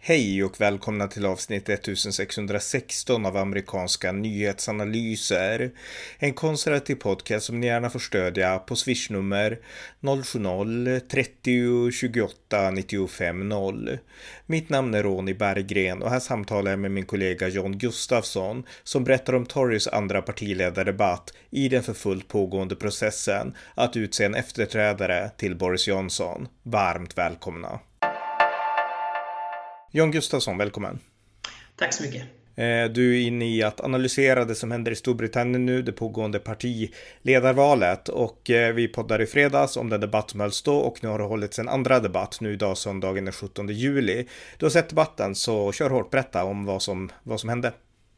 Hej och välkomna till avsnitt 1616 av amerikanska nyhetsanalyser. En konservativ podcast som ni gärna får stödja på swishnummer 070-30 28 95 0. Mitt namn är Ronny Berggren och här samtalar jag med min kollega John Gustafsson som berättar om Tories andra partiledardebatt i den för fullt pågående processen att utse en efterträdare till Boris Johnson. Varmt välkomna. John Gustafsson, välkommen. Tack så mycket. Du är inne i att analysera det som händer i Storbritannien nu, det pågående partiledarvalet, och vi poddade i fredags om den debatt som hölls då och nu har det hållits en andra debatt nu idag söndagen den 17 juli. Du har sett debatten, så kör hårt, berätta om vad som hände.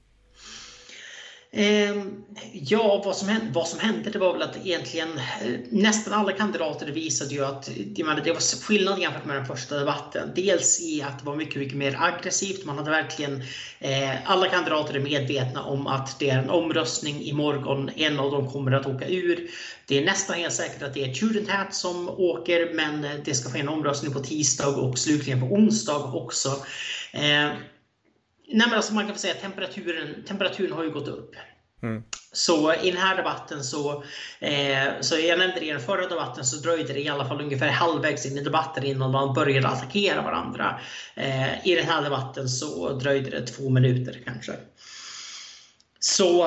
Ja, vad som hände det var väl att egentligen nästan alla kandidater visade ju att det var skillnad jämfört med den första debatten. Dels i att det var mycket mer aggressivt. Man hade verkligen, alla kandidater är medvetna om att det är en omröstning imorgon. En av dem kommer att åka ur. Det är nästan helt säkert att det är Tudenhat som åker, men det ska ske en omröstning på tisdag och slutligen på onsdag också. Nej, men alltså man kan säga att temperaturen har ju gått upp. Så i den här debatten så jag nämnde det i den förra debatten, så dröjde det i alla fall ungefär halvvägs in i debatten innan man började attackera varandra. I den här debatten så dröjde det 2 minuter kanske. Så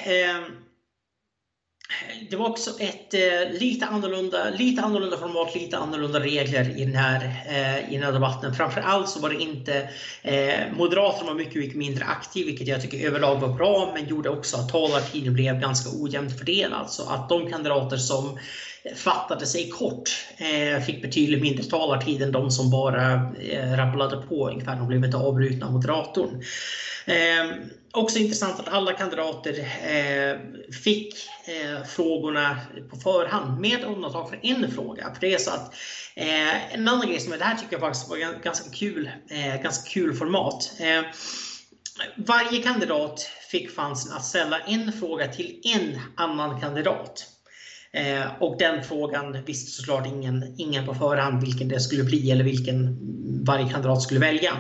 det var också ett lite annorlunda format, lite annorlunda regler i den här debatten. Framförallt så var det inte Moderaterna var mycket mindre aktiv, vilket jag tycker överlag var bra, men gjorde också att talartiden blev ganska ojämnt fördelad. Så att de kandidater som fattade sig kort fick betydligt mindre talartid än de som bara rapplade på ungefär. De blev inte avbrutna av moderatorn. Också intressant att alla kandidater fick frågorna på förhand med undantag för en fråga. För det är så att en annan grej som är det här tycker jag faktiskt var ganska kul format. Varje kandidat fick chansen att ställa en fråga till en annan kandidat. Och den frågan visste såklart ingen på förhand vilken det skulle bli eller vilken varje kandidat skulle välja.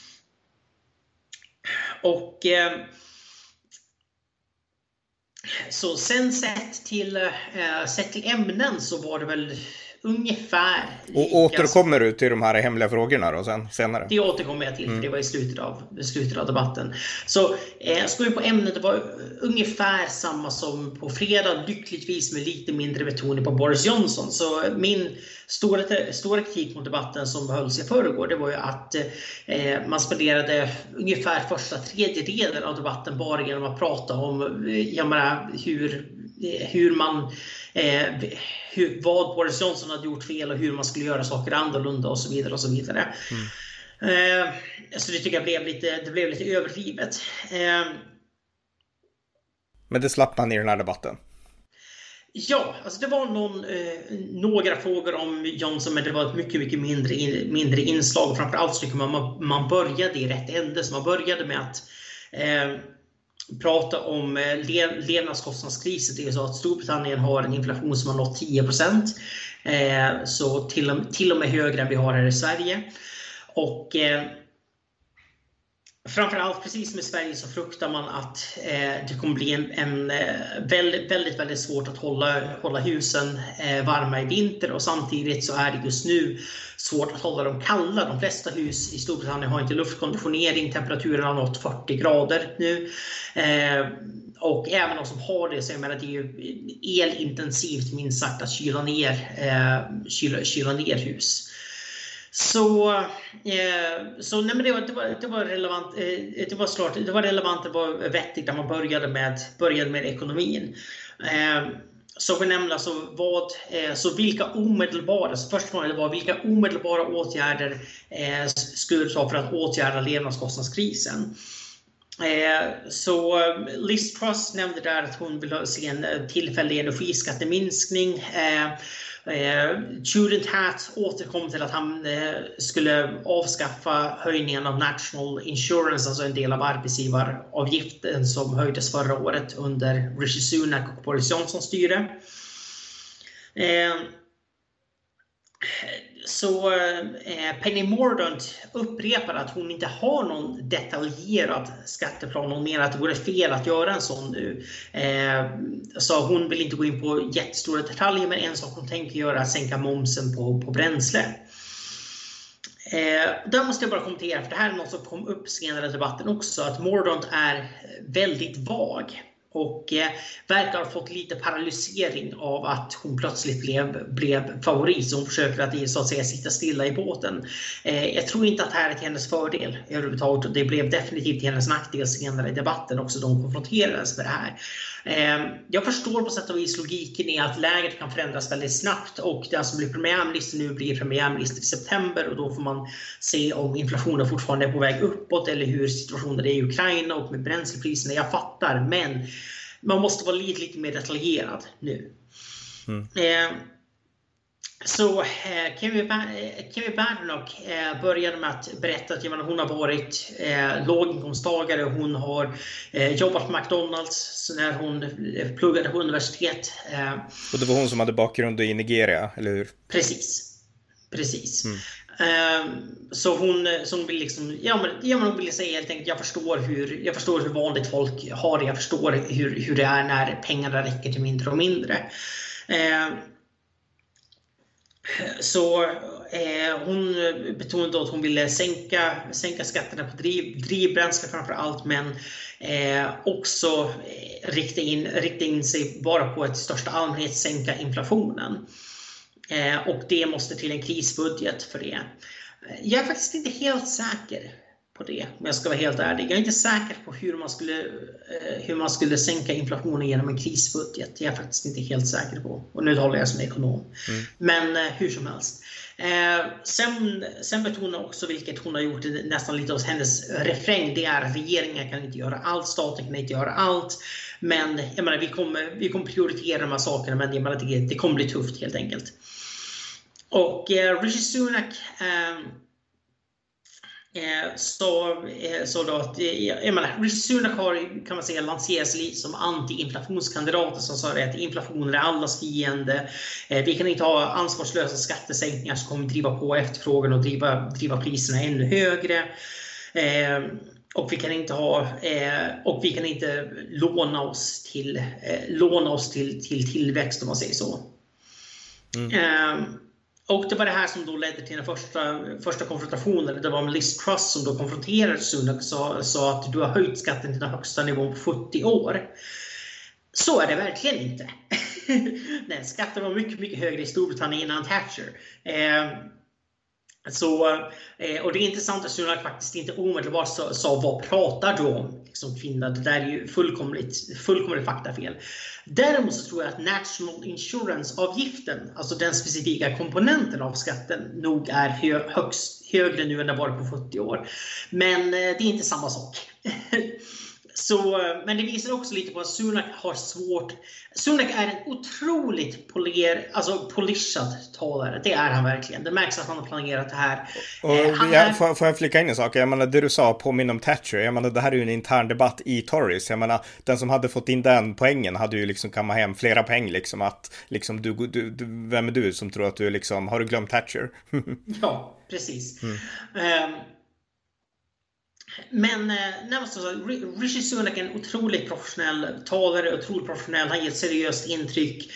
Och så sen sett till ämnen så var det väl ungefär lika. Och återkommer du till de här hemliga frågorna då sen senare? Det återkommer jag till, för det var i slutet av debatten. Så ska vi på ämnet, det var ungefär samma som på fredag, lyckligtvis med lite mindre betoning på Boris Johnson. Så min stora kritik mot debatten som hölls i förrgår, det var ju att man spenderade ungefär första tredjedelen av debatten bara genom att prata om vad Boris Johnson hade gjort fel och hur man skulle göra saker annorlunda och så vidare och så vidare. Så det tycker jag blev lite överdrivet. Men det slapp man i den här debatten. Ja, alltså det var några frågor om Johnson, men det var ett mycket mindre inslag. Framförallt så tycker man började i rätt ände. Så man började med att prata om levnadskostnadskrisen. Det är så att Storbritannien har en inflation som har nått 10%. Så till och med högre än vi har här i Sverige. Och framförallt, precis som i Sverige, så fruktar man att det kommer bli en väldigt svårt att hålla husen varma i vinter, och samtidigt så är det just nu svårt att hålla dem kalla. De flesta hus i Storbritannien har inte luftkonditionering, temperaturen har nått 40 grader nu. Och även de som har det, så jag menar, det är ju elintensivt minst sagt att kyla ner hus. Så nej, men det var relevant. Det var relevant, det var vettigt när man började med ekonomin. Så vi nämnde vilka omedelbara åtgärder skulle du ta för att åtgärda levnadskostnadskrisen. Så Liz Truss nämnde där att hon vill se en tillfällig energiskatteminskning. Tudenhat återkom till att han skulle avskaffa höjningen av National Insurance, alltså en del av arbetsgivaravgiften som höjdes förra året under Rishi Sunak och Boris Johnson styre. Så Penny Mordaunt upprepar att hon inte har någon detaljerad skatteplan, och menar att det vore fel att göra en sån nu. Så hon vill inte gå in på jättestora detaljer, men en sak hon tänker göra är att sänka momsen på bränsle. Där måste jag bara kommentera, för det här är något som kom upp senare i debatten också, att Mordaunt är väldigt vag. Och verkar ha fått lite paralysering av att hon plötsligt blev favorit. Så hon försöker att, så att säga, sitta stilla i båten. Jag tror inte att det här är till hennes fördel överhuvudtaget. Det blev definitivt till hennes nackdel senare i debatten också. De konfronterades med det här. Jag förstår på sätt och vis logiken i att läget kan förändras väldigt snabbt. Och den som blir premiärminister nu blir premiärminister i september. Och då får man se om inflationen fortfarande är på väg uppåt, eller hur situationen är i Ukraina och med bränslepriserna. Jag fattar, men man måste vara lite mer detaljerad nu. Så Kemi Badenoch började med att berätta att hon har varit låginkomsttagare. Hon har jobbat på McDonalds när hon pluggade på universitet. Och det var hon som hade bakgrund i Nigeria, eller hur? Precis. Så hon vill liksom, hon vill säga helt enkelt, jag förstår hur vanligt folk har det. Jag förstår hur det är när pengarna räcker till mindre och mindre. Så hon betonade att hon ville sänka skatterna på drivbränsle framför allt, men också rikta in sig bara på ett största allmänhet, sänka inflationen. Och det måste till en krisbudget för det. Jag är faktiskt inte helt säker på det, om jag ska vara helt ärlig. Jag är inte säker på hur man skulle sänka inflationen genom en krisbudget. Jag är faktiskt inte helt säker på. Och nu talar jag som ekonom. Men hur som helst. Sen betonar också, vilket hon har gjort nästan lite av hennes refräng, det är att regeringen kan inte göra allt, staten kan inte göra allt. Men jag menar, vi kommer prioritera de här sakerna, men jag menar, det kommer bli tufft helt enkelt. Och Rishi Sunak så då att Rishi Sunak har, kan man säga, lanserats lite som anti-inflationskandidat, som sa att inflationen är allas fiende. Vi kan inte ha ansvarslösa skattesänkningar som kommer driva på efterfrågan och driva priserna ännu högre. Och vi kan inte låna oss till tillväxt, om man säger så. Och det var det här som då ledde till den första konfrontationen. Det var med Liz Truss som då konfronterade Sunak och sa att du har höjt skatten till den högsta nivån på 40 år. Så är det verkligen inte. Nej, skatten var mycket, mycket högre i Storbritannien innan Thatcher. Och det är intressant att Sunak faktiskt inte omedelbart sa vad pratar du om, liksom, kvinna. Det där är ju fullkomligt faktafel. Däremot så tror jag att National Insurance-avgiften, alltså den specifika komponenten av skatten, nog är högre nu än det var på 40 år. Men det är inte samma sak. Men det visar också lite på att Sunak har svårt. Sunak är en otroligt polishad talare. Det är han verkligen. Det märks att han har planerat det här. Får jag flika in en sak? Jag menar, det du sa påminner om Thatcher. Jag menar, det här är ju en intern debatt i Tories. Jag menar, den som hade fått in den poängen hade ju liksom kammat hem flera poäng. Liksom att, liksom, vem är du som tror att du liksom, har du glömt Thatcher? Ja, precis. Men Rishi Sunak är en otroligt professionell talare, otroligt professionell. Han ger ett seriöst intryck.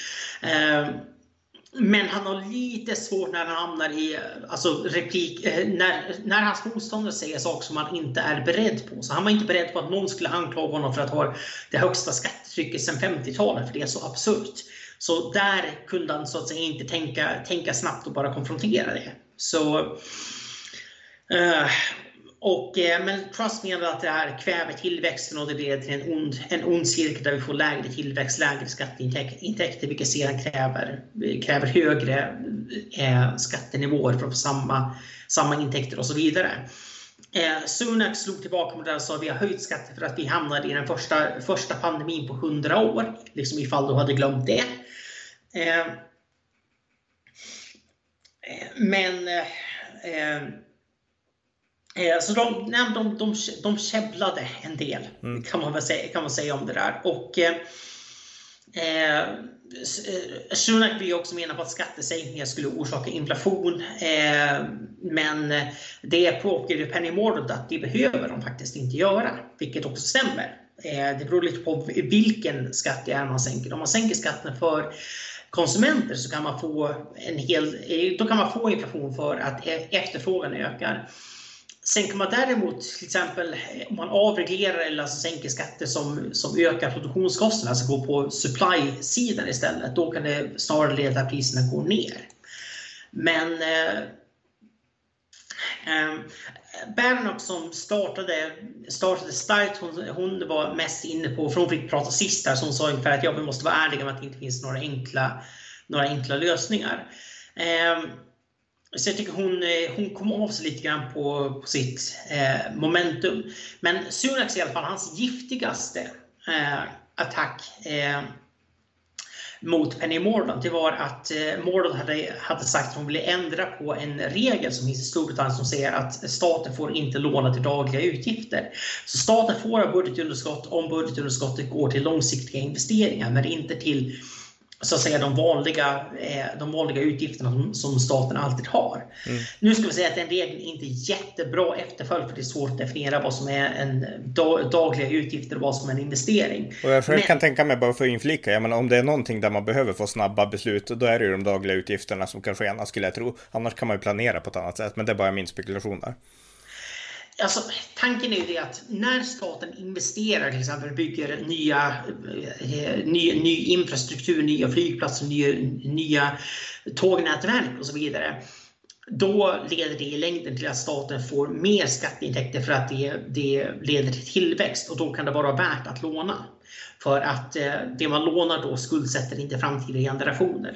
Men han har lite svårt när han hamnar i replik, när hans motståndare säger saker som han inte är beredd på. Så han var inte beredd på att någon skulle anklaga honom för att ha det högsta skattetrycket sedan 50-talet, för det är så absurt. Så där kunde han så att säga inte tänka snabbt och bara konfrontera det. Men Truss menar att det här kväver tillväxten och det leder till en ond cirkel där vi får lägre tillväxt, lägre skatteintäkter, vilket sedan kräver högre skattenivåer för att få samma intäkter och så vidare. Sunak slog tillbaka med det och sa att vi har höjt skatter för att vi hamnade i den första pandemin på 100 år, liksom ifall du hade glömt det. Så de käbblade en del, kan man säga om det där. Och Sunak vill också mena på att skattesänkningar skulle orsaka inflation, men det påpekade Penny Mordaunt att det behöver de faktiskt inte göra, vilket också stämmer. Det beror lite på vilken skatt det är man sänker. Om man sänker skatten för konsumenter så kan man få då kan man få inflation för att efterfrågan ökar. Sen kan man däremot, till exempel om man avreglerar eller alltså sänker skatter som ökar produktionskostnaderna, alltså går på supply-sidan istället, då kan det snarare leda till att priserna går ner. Men Bernhock som startade starkt, hon var mest inne på, för hon fick prata sist här, så hon sa ungefär att vi måste vara ärliga med att det inte finns några enkla lösningar. Så jag tycker hon kom av sig lite grann på sitt momentum. Men Sunak i alla fall, hans giftigaste attack mot Penny Mordaunt, det var att Mordaunt hade sagt att hon ville ändra på en regel som finns i Storbritannien som säger att staten får inte låna till dagliga utgifter. Så staten får budgetunderskott om budgetunderskottet går till långsiktiga investeringar, men inte till så att säga de vanliga utgifterna som staten alltid har. Nu ska vi säga att den regeln inte är jättebra efterföljd, för det är svårt att definiera vad som är en dagliga utgifter och vad som är en investering. Och jag kan tänka mig, bara för att inflika, jag menar, om det är någonting där man behöver få snabba beslut, då är det ju de dagliga utgifterna som kan skena, skulle jag tro. Annars kan man ju planera på ett annat sätt, men det är bara min spekulation där. Alltså, tanken är ju det att när staten investerar, till exempel bygger ny infrastruktur, nya flygplatser, nya tågnätverk och så vidare, då leder det i längden till att staten får mer skatteintäkter för att det leder till tillväxt, och då kan det vara värt att låna. För att det man lånar då skuldsätter inte framtida generationer.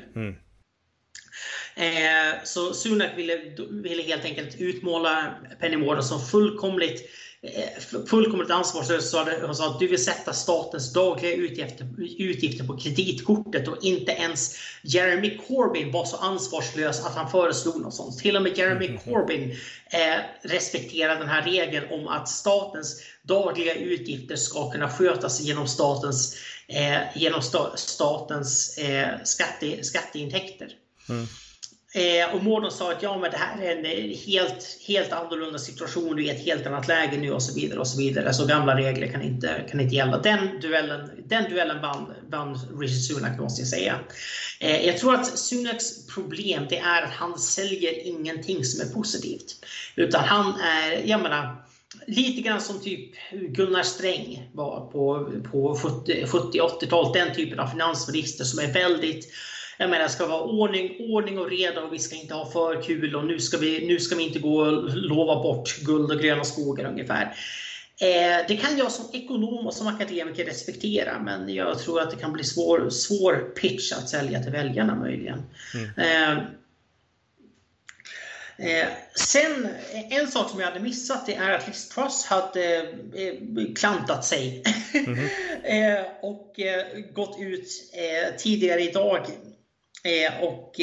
Så Sunak ville helt enkelt utmåla Penny Mordaunt som fullkomligt ansvarslös. Hon sa att du vill sätta statens dagliga utgifter på kreditkortet, och inte ens Jeremy Corbyn var så ansvarslös att han föreslog något sånt. Till och med Jeremy Corbyn respekterar den här regeln om att statens dagliga utgifter ska kunna skötas genom statens skatteintäkter. Och Mordaunt sa att men det här är en helt annorlunda situation, det är ett helt annat läge nu och så vidare och så vidare. Så gamla regler kan inte gälla. Den duellen vann Rishi Sunak, måste jag säga. Jag tror att Sunaks problem, det är att han säljer ingenting som är positivt. Utan han är, lite grann som typ Gunnar Sträng var på 70-80-talet, den typen av finansminister som är väldigt, det ska vara ordning och reda, och vi ska inte ha för kul, och nu ska vi inte gå och lova bort guld och gröna skogar ungefär. Det kan jag som ekonom och som akademiker respektera, men jag tror att det kan bli svår pitch att sälja till väljarna möjligen. Sen en sak som jag hade missat, det är att Liz Truss hade klantat sig och gått ut tidigare idag och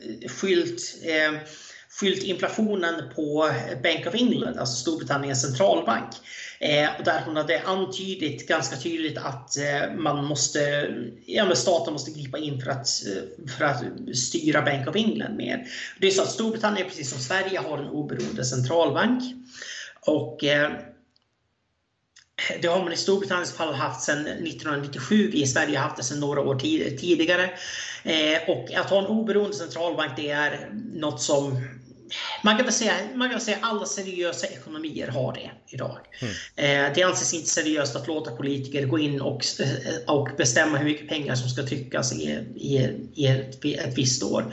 skyllt inflationen på Bank of England, alltså Storbritanniens centralbank. Och där hon hade antydit ganska tydligt att staten måste gripa in för att styra Bank of England mer. Det är så att Storbritannien, precis som Sverige, har en oberoende centralbank. Och det har man i Storbritanniens fall haft sedan 1997. I Sverige har haft det sedan några år tidigare. Och att ha en oberoende centralbank, det är något som man kan säga alla seriösa ekonomier har det idag. Det anses inte seriöst att låta politiker gå in och bestämma hur mycket pengar som ska tryckas i ett visst år.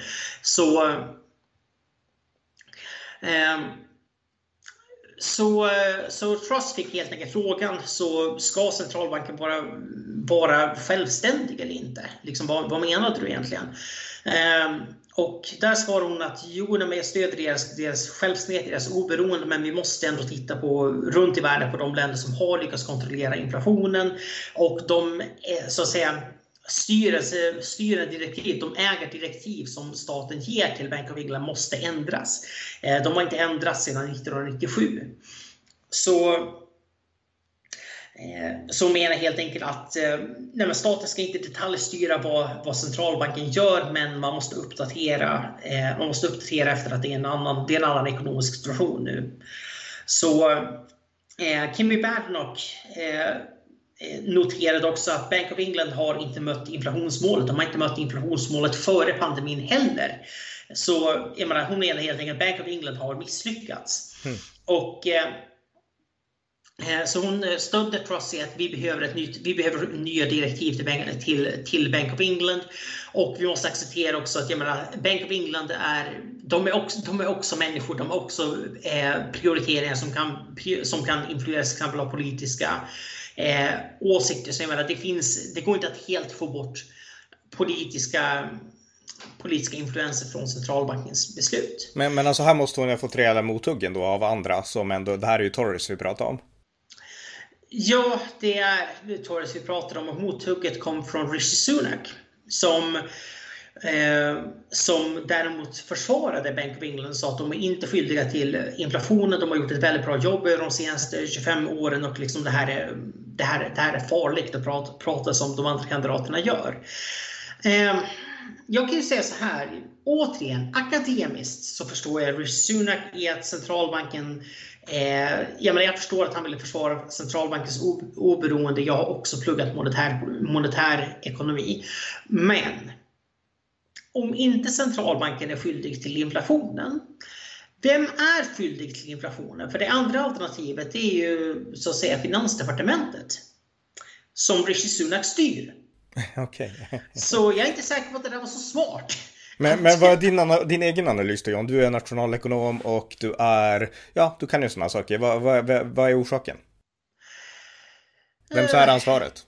Så Truss fick helt enkelt frågan, så ska centralbanken vara självständig eller inte? Liksom, vad menade du egentligen? Och där svarade hon att jag stöder deras självständighet, deras oberoende, men vi måste ändå titta runt i världen på de länder som har lyckats kontrollera inflationen, och de så att säga styrdirektiv, de ägardirektiv som staten ger till Bank of England måste ändras. De har inte ändrats sedan 1997. Så som menar helt enkelt att staten ska inte detaljstyra vad centralbanken gör, men man måste uppdatera efter att det är en annan ekonomisk situation nu. Så Kimmy Badenoch noterade också att Bank of England har inte mött inflationsmålet. De har inte mött inflationsmålet före pandemin heller. Så hon menar helt enkelt att Bank of England har misslyckats. Och så hon stödde Truss i att vi behöver nya direktiv till Bank of England, och vi måste acceptera också att Bank of England de är också människor, de har också prioriteringar som kan influeras till exempel av politiska åsikter. Så det går inte att helt få bort politiska influenser från centralbankens beslut. Men alltså här måste hon ha fått rejäla mothuggen då av andra som ändå, det här är ju Tories vi pratar om. Ja, det är Tories vi pratar om, och mothugget kom från Rishi Sunak som däremot försvarade Bank of England och sa att de är inte skyldiga till inflationen. De har gjort ett väldigt bra jobb över de senaste 25 åren, och liksom det här är farligt att prata som de andra kandidaterna gör. Jag kan ju säga så här, återigen, akademiskt så förstår jag Rishi Sunak i att centralbanken, jag förstår att han ville försvara centralbankens oberoende. Jag har också pluggat monetär ekonomi. Men om inte centralbanken är skyldig till inflationen, vem är skyldig till inflationen? För det andra alternativet är ju så att säga Finansdepartementet som Rishi Sunak styr. Okay. Så jag är inte säker på att det där var så smart. Men vad är din egen analys då, John? Du är nationalekonom och du kan ju sådana saker. Vad är orsaken? Vem så är ansvaret?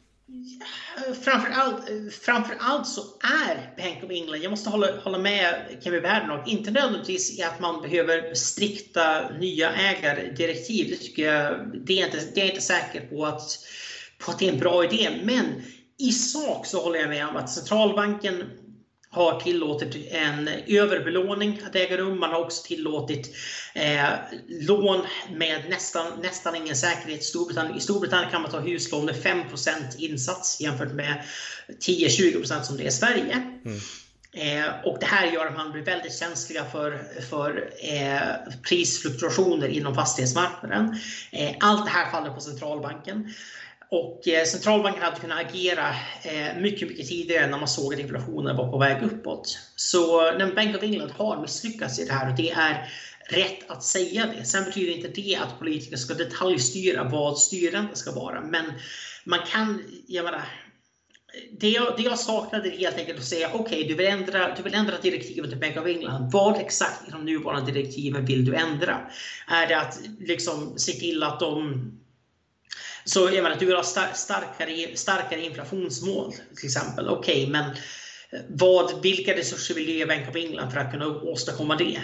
Framförallt så är Bank of England, jag måste hålla med Kimmy Badenoch, inte nödvändigtvis att man behöver strikta nya ägardirektiv. Det tycker jag, det är inte säker på att det är en bra idé, men i sak så håller jag med om att centralbanken har tillåtit en överbelåning att äga rum. Man har också tillåtit lån med nästan ingen säkerhet. I Storbritannien kan man ta huslån med 5% insats jämfört med 10-20% som det är i Sverige. Och det här gör att man blir väldigt känsliga för prisfluktuationer inom fastighetsmarknaden. Allt det här faller på centralbanken. Och centralbanken hade kunnat agera mycket tidigare när man såg att inflationen var på väg uppåt. Så Bank of England har misslyckats i det här, och det är rätt att säga det. Sen betyder inte det att politiker ska detaljstyra vad styrräntan ska vara. Men man kan, det jag saknade är helt enkelt att säga okej, du vill ändra direktivet till Bank of England. Vad exakt i de nuvarande direktiven vill du ändra? Är det att liksom se till att så du vill ha starkare inflationsmål till exempel. Okej, men vilka resurser vill du ge Bank of England för att kunna åstadkomma det?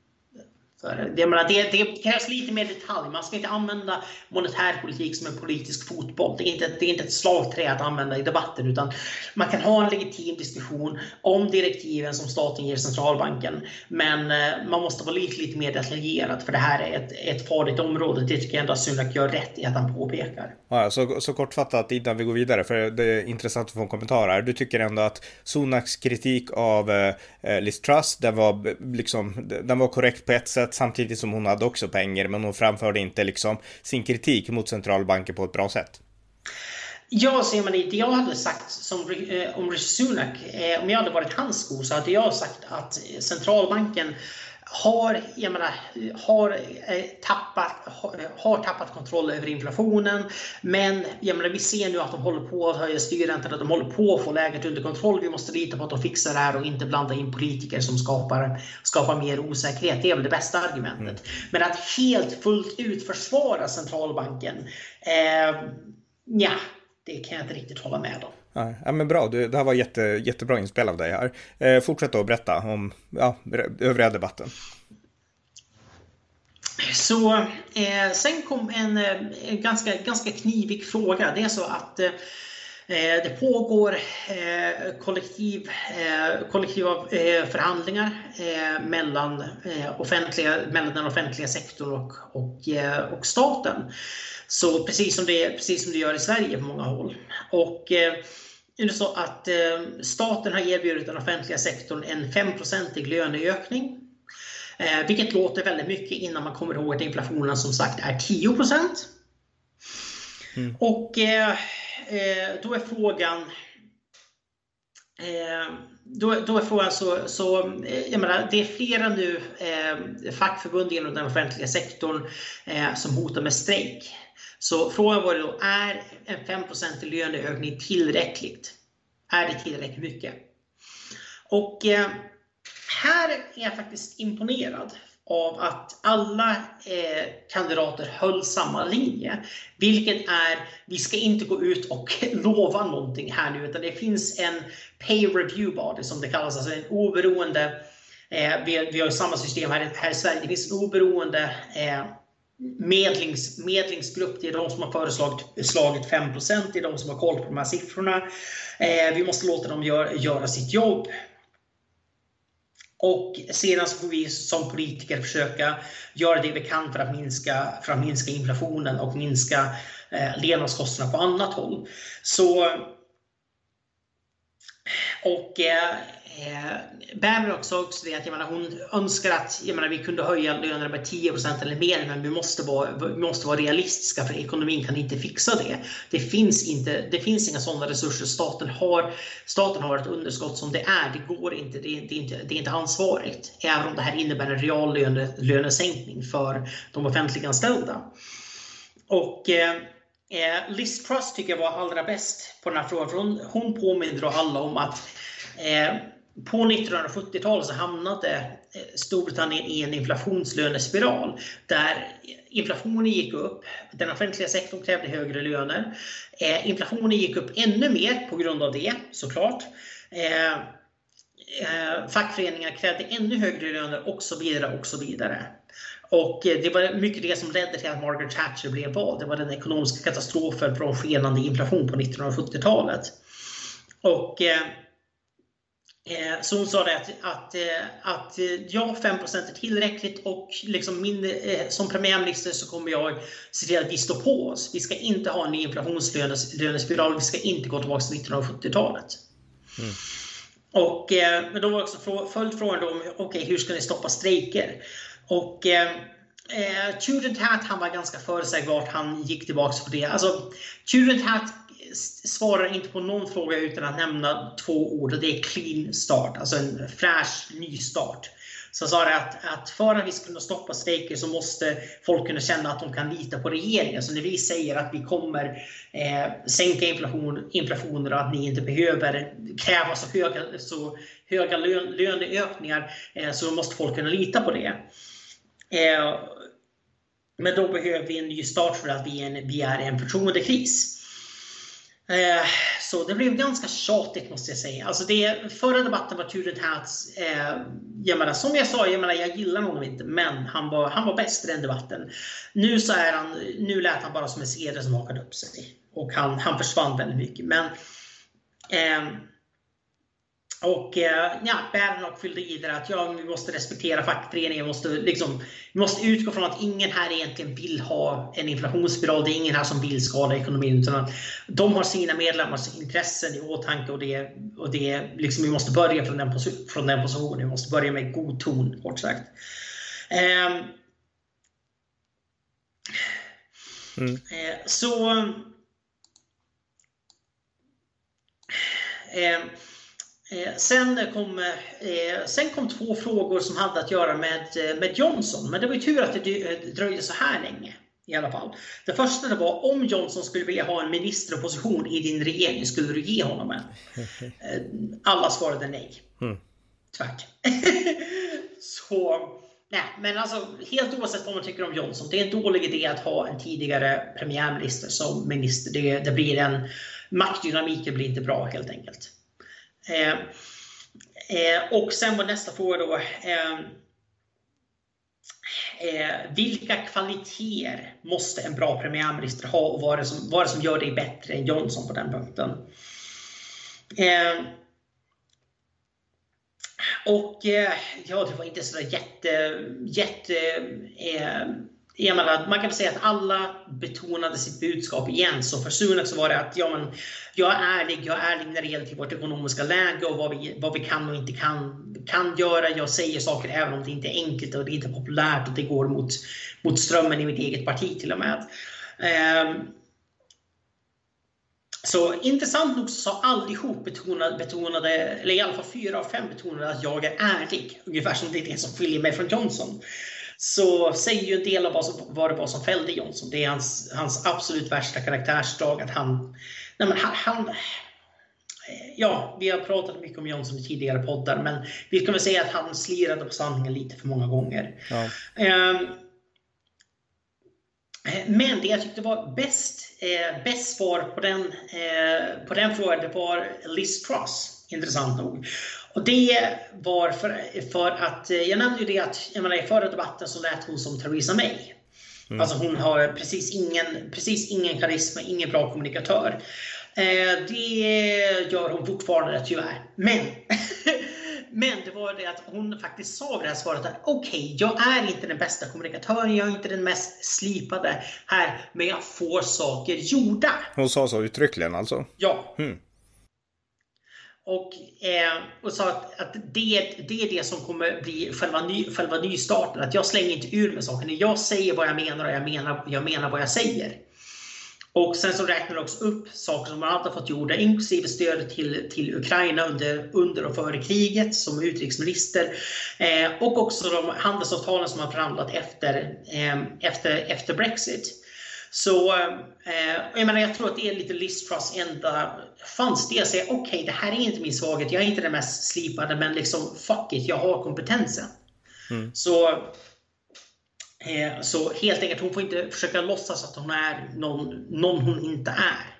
Det krävs lite mer detalj. Man ska inte använda monetärpolitik som en politisk fotboll. Det är inte ett slagträ att använda i debatten, utan man kan ha en legitim diskussion om direktiven som staten ger centralbanken. Men man måste vara lite mer detaljerad, för det här är ett farligt område. Det tycker jag ändå att Sunak gör rätt i att han påpekar. Ja, så kortfattat innan vi går vidare, för det är intressant att få en kommentar här. Du tycker ändå att Sunaks kritik av Liz Truss, den var korrekt på ett sätt, samtidigt som hon hade också pengar, men hon framförde inte sin kritik mot centralbanken på ett bra sätt. Ja, ser man det jag hade sagt om Rishi Sunak, om jag hade varit hans skor, så hade jag sagt att centralbanken har tappat kontroll över inflationen, men vi ser nu att de håller på att höja styrräntorna, de håller på att få läget under kontroll. Vi måste lita på att de fixar det här och inte blanda in politiker som skapar mer osäkerhet. Det är väl det bästa argumentet. Men att helt fullt ut försvara centralbanken, det kan jag inte riktigt hålla med om. Ja, men bra, det här var jättebra inspel av dig här. Fortsätt då att berätta om övriga debatten. Så sen kom en ganska knivig fråga. Det är så att Det pågår kollektiva förhandlingar mellan den offentliga sektorn och staten. Så precis som det gör i Sverige på många håll. Och det är så att staten har erbjudit den offentliga sektorn en 5% löneökning. Vilket låter väldigt mycket innan man kommer ihåg att inflationen som sagt är 10%. Och då är frågan jag menar, det är flera nu fackförbund inom den offentliga sektorn som hotar med strejk. Så frågan var då, är en 5% löneökning tillräckligt? Är det tillräckligt mycket? Och här är jag faktiskt imponerad av att alla kandidater höll samma linje. Vilket är, vi ska inte gå ut och lova någonting här nu, utan det finns en pay review body som det kallas, alltså en oberoende, vi har samma system här i Sverige, det finns en oberoende medlingsgrupp, det är de som har föreslagit 5%, det är de som har koll på de här siffrorna. Vi måste låta dem göra sitt jobb. Och sedan så får vi som politiker försöka göra det vi kan för att minska inflationen och minska levnadskostnaderna på annat håll. Så, och Bäver också det att hon önskar att vi kunde höja lönerna med 10% eller mer, men vi måste vara realistiska, för ekonomin kan inte fixa det. Det finns inga sådana resurser. Staten har ett underskott som det är. Det går inte, det är inte ansvarigt, även om det här innebär en real lönesänkning för de offentliganställda. Och Liz Truss tycker jag var allra bäst på den här frågan, för hon påminner alla om att på 1970-talet så hamnade Storbritannien i en inflationslönespiral där inflationen gick upp, den offentliga sektorn krävde högre löner, inflationen gick upp ännu mer på grund av det, såklart. Fackföreningar krävde ännu högre löner och så vidare och så vidare. Och det var mycket det som ledde till att Margaret Thatcher blev vald. Det var den ekonomiska katastrofen från skenande inflation på 1970-talet. Och så hon sa det att 5% är tillräckligt, och liksom som premiärminister så kommer jag se till att vi står på oss. Vi ska inte ha en ny inflationslönespiral, vi ska inte gå tillbaka till 1970-talet. Och men då var också följdfrågan om hur ska ni stoppa strejker? Och Tudor Tatt, han var ganska förutsägbart, han gick tillbaka på det. Alltså Tudor Tatt svarar inte på någon fråga utan att nämna 2 ord, och det är clean start, alltså en fräsch ny start. Så sa det att för att vi ska kunna stoppa strejker så måste folk kunna känna att de kan lita på regeringen. Så när vi säger att vi kommer sänka inflationen och att ni inte behöver kräva så höga löneökningar, så måste folk kunna lita på det. Men då behöver vi en ny start för att vi är i en förtroendekris. Så det blev ganska tjatigt, måste jag säga. Alltså förra debatten var Tudor Tatts, som jag sa, jag gillar honom inte, men han var bäst i den debatten. Nu lät han bara som en sedel som hakade upp sig, och han försvann väldigt mycket. Men Bernhard fyllde i det att vi måste respektera fackföreningen, vi måste utgå från att ingen här egentligen vill ha en inflationsspiral, det är ingen här som vill skada ekonomin, utan de har sina medlemmars intressen i åtanke, och det liksom, vi måste börja från den positionen, vi måste börja med god ton, kort sagt. Sen kom 2 frågor som hade att göra med Johnson, men det var ju tur att det dröjde så här länge i alla fall. Det första var om Johnson skulle vilja ha en ministerposition i din regering, skulle du ge honom en? Alla svarade nej. Tvärt. Så nej, men alltså helt oavsett vad man tycker om Johnson, det är en dålig idé att ha en tidigare premiärminister som minister. Det blir en maktdynamik, det blir inte bra helt enkelt. Och sen var nästa fråga då, vilka kvaliteter måste en bra premiärminister ha och vad är det som gör dig bättre än Johnson på den punkten. Det var inte så jag menar, man kan säga att alla betonade sitt budskap igen. Så för Sunak så var det att jag är ärlig när det gäller till vårt ekonomiska läge och vad vi kan och inte kan göra. Jag säger saker även om det inte är enkelt och det är inte populärt och det går mot strömmen i mitt eget parti till och med. Så intressant nog så sa allihop betonade, eller i alla fall 4 av 5 betonade att jag är ärlig. Ungefär som det är det som skiljer mig från Johnson. Så säger ju en del av vad det var som fällde Johnson. Det är hans absolut värsta karaktärsdrag. Att vi har pratat mycket om Johnson i tidigare poddar. Men vi kan väl säga att han slirade på sanningen lite för många gånger. Ja. Men det jag tyckte var bäst svar på den frågan, det var Liz Truss, intressant nog. Och det var för att jag nämnde ju det att i förra debatten så lät hon som Theresa May. Alltså hon har precis ingen karisma, ingen bra kommunikatör. Det gör hon fortfarande tyvärr. Men det var det att hon faktiskt sa i det här svaret att okej, jag är inte den bästa kommunikatören, jag är inte den mest slipade här, men jag får saker gjorda. Hon sa så uttryckligen alltså? Ja. Och sa att det är det som kommer bli själva nystarten. Att jag slänger inte ur med saker. Jag säger vad jag menar och jag menar vad jag säger. Och sen så räknar det också upp saker som man alltid har fått gjorda, inklusive stöd till Ukraina under och före kriget som utrikesminister. Och också de handelsavtalen som man förhandlat efter Brexit. Så jag tror att det är lite Liz Truss enda fanns det att säga okej, det här är inte min svaghet, jag är inte den mest slipade, men liksom fuck it, jag har kompetensen. Så helt enkelt, hon får inte försöka låtsas att hon är någon hon inte är.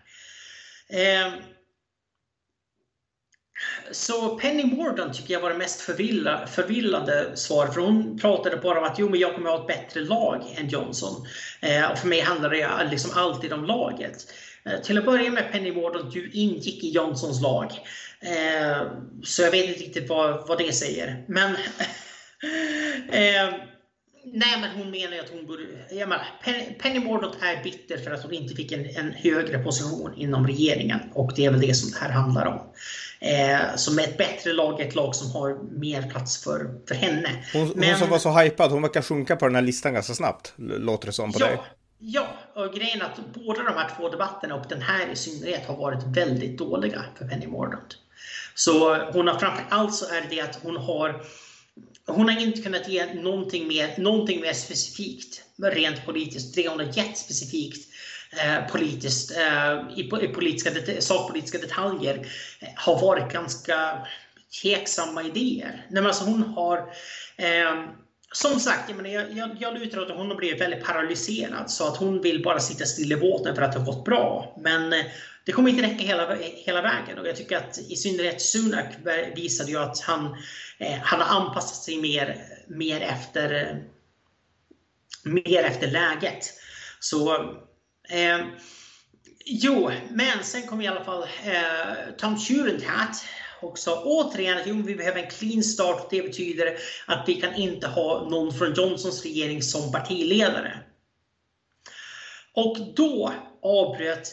Så Penny Mordaunt tycker jag var det mest förvillande svar. För hon pratade bara om att men jag kommer ha ett bättre lag än Johnson. Och för mig handlar det liksom alltid om laget. Till att börja med Penny Mordaunt, du ingick i Johnsons lag. Så jag vet inte riktigt vad det säger. Men nej, men hon menar ju att hon borde... Penny Mordaunt är bitter för att hon inte fick en högre position inom regeringen. Och det är väl det som det här handlar om. Som ett bättre lag, ett lag som har mer plats för henne. Hon som var så hypad, hon verkar sjunka på den här listan ganska snabbt, låter det som på dig. Ja, och grejen är att båda de här 2 debatterna och den här i synnerhet har varit väldigt dåliga för Penny Mordaunt. Så hon har framför allt så är det att hon har inte kunnat ge någonting mer specifikt rent politiskt. Det hon har gett specifikt politiskt i sakpolitiska detaljer har varit ganska tveksamma idéer. Men alltså hon har som sagt, jag lutar åt att hon har blivit väldigt paralyserad så att hon vill bara sitta still i båten för att det har gått bra. Men det kommer inte räcka hela vägen, och jag tycker att i synnerhet Sunak visade ju att han har anpassat sig mer efter läget. Så men sen kom i alla fall Tom Turenhat och sa återigen att vi behöver en clean start. Det betyder att vi kan inte ha någon från Johnsons regering som partiledare. Och då avbröt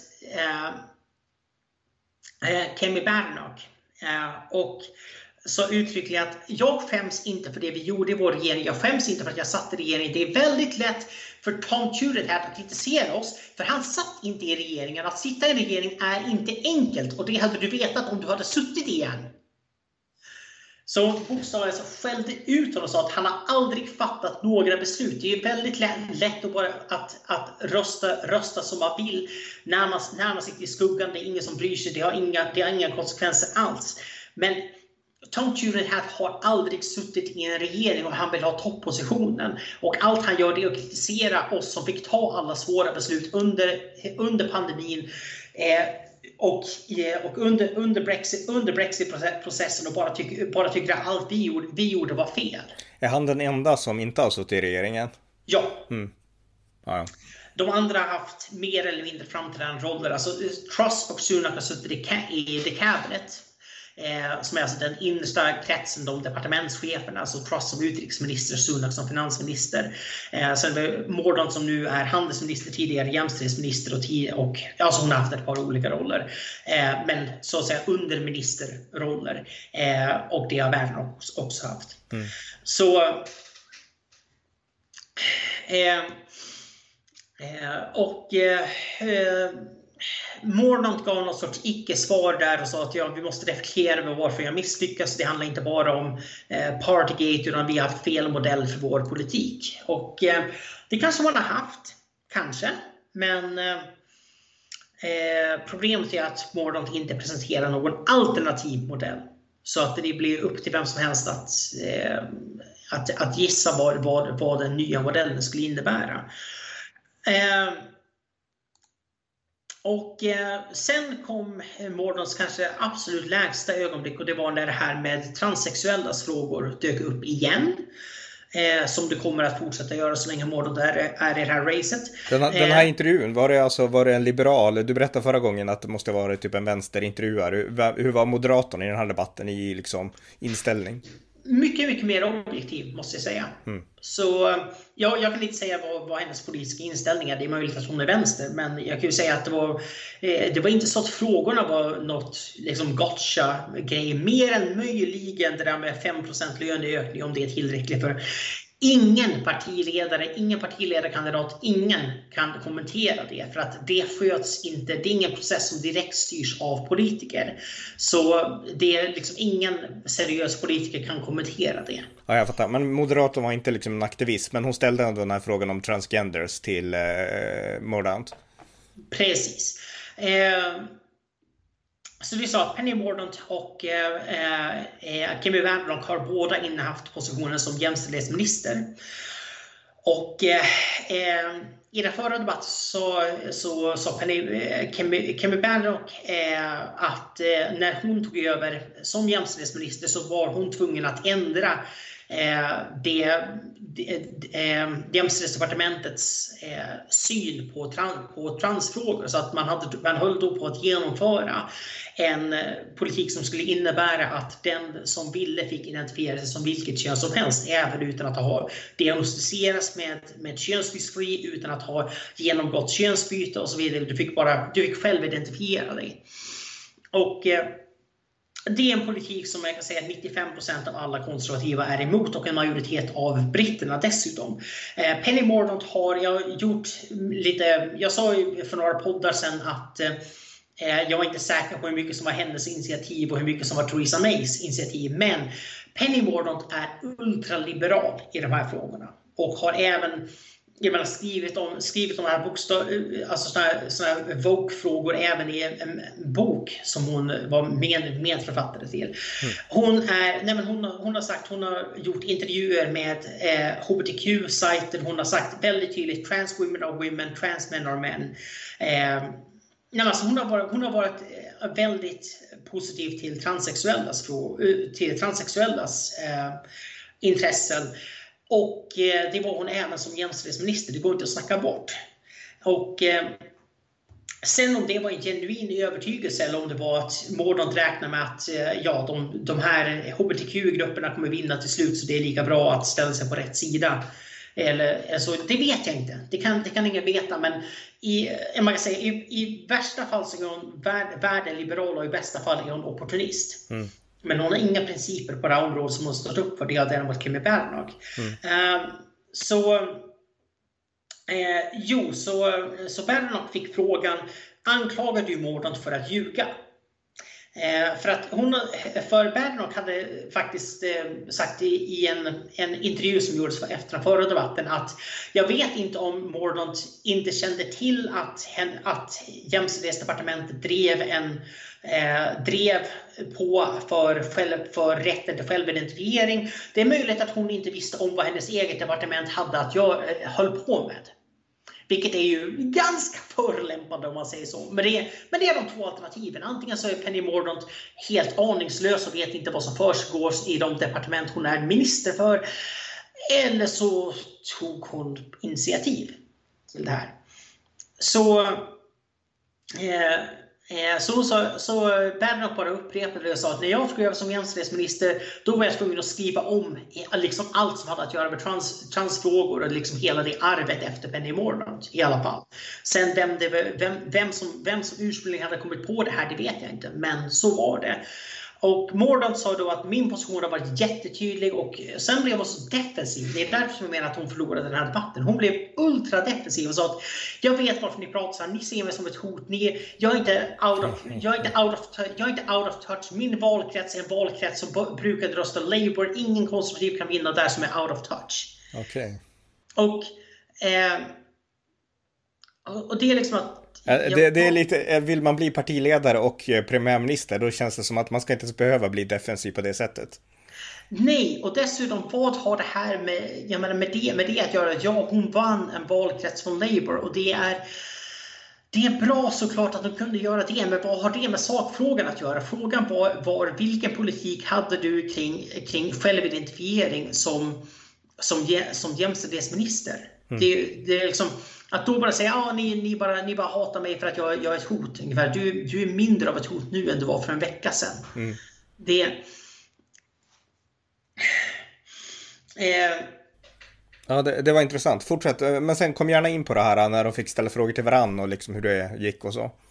Kemi Badenoch och sa uttryckligen att jag skäms inte för det vi gjorde i vår regering. Jag skäms inte för att jag satt i regeringen. Det är väldigt lätt för Tom Turenhat att kritisera oss, för han satt inte i regeringen. Att sitta i regering är inte enkelt, och det hade du vetat om du hade suttit i en. Så bokstavligen så skällde ut honom och sa att han har aldrig fattat några beslut. Det är väldigt lätt att bara att rösta som man vill när man sitter i skuggan. Det är ingen som bryr sig. Det har inga konsekvenser alls. Men Tom Turenhat har aldrig suttit i en regering och han vill ha toppositionen. Och allt han gör det är att kritisera oss som fick ta alla svåra beslut under pandemin och under Brexit-processen och bara tycker att allt vi gjorde var fel. Är han den enda som inte har suttit i regeringen? Ja. Ja. De andra har haft mer eller mindre framträdande roller. Alltså Truss och Sunak har suttit i The Cabinet. Som är alltså den innersta kretsen, de departementscheferna. Alltså Truss som utrikesminister, Sunak som finansminister. Sen är Mordaunt som nu är handelsminister, tidigare jämställdhetsminister och alltså hon har haft ett par olika roller. Men så att säga underministerroller. Och det har världen också haft. Så... Mordaunt gav något sorts icke-svar där och sa att vi måste reflektera över varför jag misslyckas. Det handlar inte bara om Partygate, utan vi har haft fel modell för vår politik. Och det kanske man har haft, kanske. Men problemet är att Mordaunt inte presenterar någon alternativ modell. Så att det blir upp till vem som helst att gissa vad den nya modellen skulle innebära. Och sen kom Mordaunts kanske absolut lägsta ögonblick, och det var när det här med transsexuellas frågor dök upp igen. Som det kommer att fortsätta göra så länge Mordaunt är i det här racet. Den här intervjun, var det en liberal? Du berättade förra gången att det måste vara typ en vänsterintervjuare. Hur var moderatorn i den här debatten i liksom inställning? Mycket, mycket mer objektiv, måste jag säga. Så jag kan inte säga vad hennes politiska inställningar. Det är möjligt att hon är vänster, men jag kan ju säga att det var inte så att frågorna var något liksom gotcha-grej. Mer än möjligen det där med 5% löneökning, om det är tillräckligt för ingen partiledarkandidat, ingen kan kommentera det, för att det sköts inte, det är ingen process som direkt styrs av politiker. Så det är liksom ingen seriös politiker kan kommentera det. Ja, jag fattar. Men moderatorn var inte liksom en aktivist, men hon ställde ändå den här frågan om transgenders till Mordaunt. Precis. Så vi sa att Penny Mordaunt och Kemi Badenoch har båda innehaft positionen som jämställdhetsminister. Och i den förra debatten så sa Kemi Badenoch att när hon tog över som jämställdhetsminister så var hon tvungen att ändra jämställdhetsdepartementets syn på transfrågor, så att man höll då på att genomföra en politik som skulle innebära att den som ville fick identifiera sig som vilket kön som helst, även utan att ha diagnostiserats med könsdysfori, utan att ha genomgått könsbyte och så vidare. Du fick själv identifiera dig. Och det är en politik som jag kan säga 95% av alla konservativa är emot, och en majoritet av britterna dessutom. Penny Mordaunt jag sa ju för några poddar sedan att jag var inte säker på hur mycket som var hennes initiativ och hur mycket som var Theresa Mays initiativ. Men Penny Mordaunt är ultraliberal i de här frågorna, och har även skrivit om här alltså såna här Vogue-frågor även i en bok som hon var medförfattare till. Hon har gjort intervjuer med HBTQ-sajter. Hon har sagt väldigt tydligt trans women are women, trans men are men. Hon har varit väldigt positiv till transsexuellas intressen. Och det var hon även som jämställdhetsminister. Det går inte att snacka bort. Och sen om det var en genuin övertygelse, eller om det var att Mordaunt räknar med att de här HBTQ-grupperna kommer vinna till slut, så det är lika bra att ställa sig på rätt sida. Eller så, det vet jag inte. Det kan ingen veta, men i värsta fall så är hon värdeliberal, och i bästa fall är hon opportunist. Men hon har inga principer på det här området som hon stått upp för. Det är däremot Kemi Badenoch. Så Badenoch fick frågan: anklagar du Mordaunt för att ljuga? För Badenoch hade faktiskt sagt i en intervju som gjordes efter den förra debatten att jag vet inte om Mordaunt inte kände till att jämställdhetsdepartementet drev på för rätten till självidentifiering. Det är möjligt att hon inte visste om vad hennes eget departement höll på med. Vilket är ju ganska förolämpande om man säger så. Men det är de två alternativen. Antingen så är Penny Mordaunt helt aningslös och vet inte vad som försiggår i de departement hon är minister för. Eller så tog hon initiativ till det här. Så Badenoch bara upprepade det och sa att när jag tog över som jämställdhetsminister, då var jag tvungen att skriva om liksom allt som hade att göra med transfrågor och liksom hela det arvet efter Penny Mordaunt i alla fall. Sen vem som ursprungligen hade kommit på det här, det vet jag inte, men så var det. Och Mordaunt sa då att min position har varit jättetydlig och sen blev hon så defensiv. Det är därför som jag menar att hon förlorade den här debatten. Hon blev ultra defensiv och sa att jag vet varför ni pratar så här. Ni ser mig som ett hot. Jag är inte out of touch. Min valkrets är en valkrets som brukar rösta Labour. Ingen konservativ kan vinna där som är out of touch. Okej. Och det är liksom att det är lite, vill man bli partiledare och premiärminister, då känns det som att man ska inte behöva bli defensiv på det sättet. Nej, och dessutom vad har det här med det att göra? Ja, hon vann en valkrets från Labour och det är bra såklart att de kunde göra det, men vad har det med sakfrågan att göra? Frågan var vilken politik hade du kring självidentifiering som jämställdhetsminister? Det är liksom att då bara säga ni bara hatar mig för att jag är ett hot ungefär. Du är mindre av ett hot nu än du var för en vecka sedan. Det var intressant. Fortsätt, men sen kom gärna in på det här när de fick ställa frågor till varann och liksom hur det gick och så.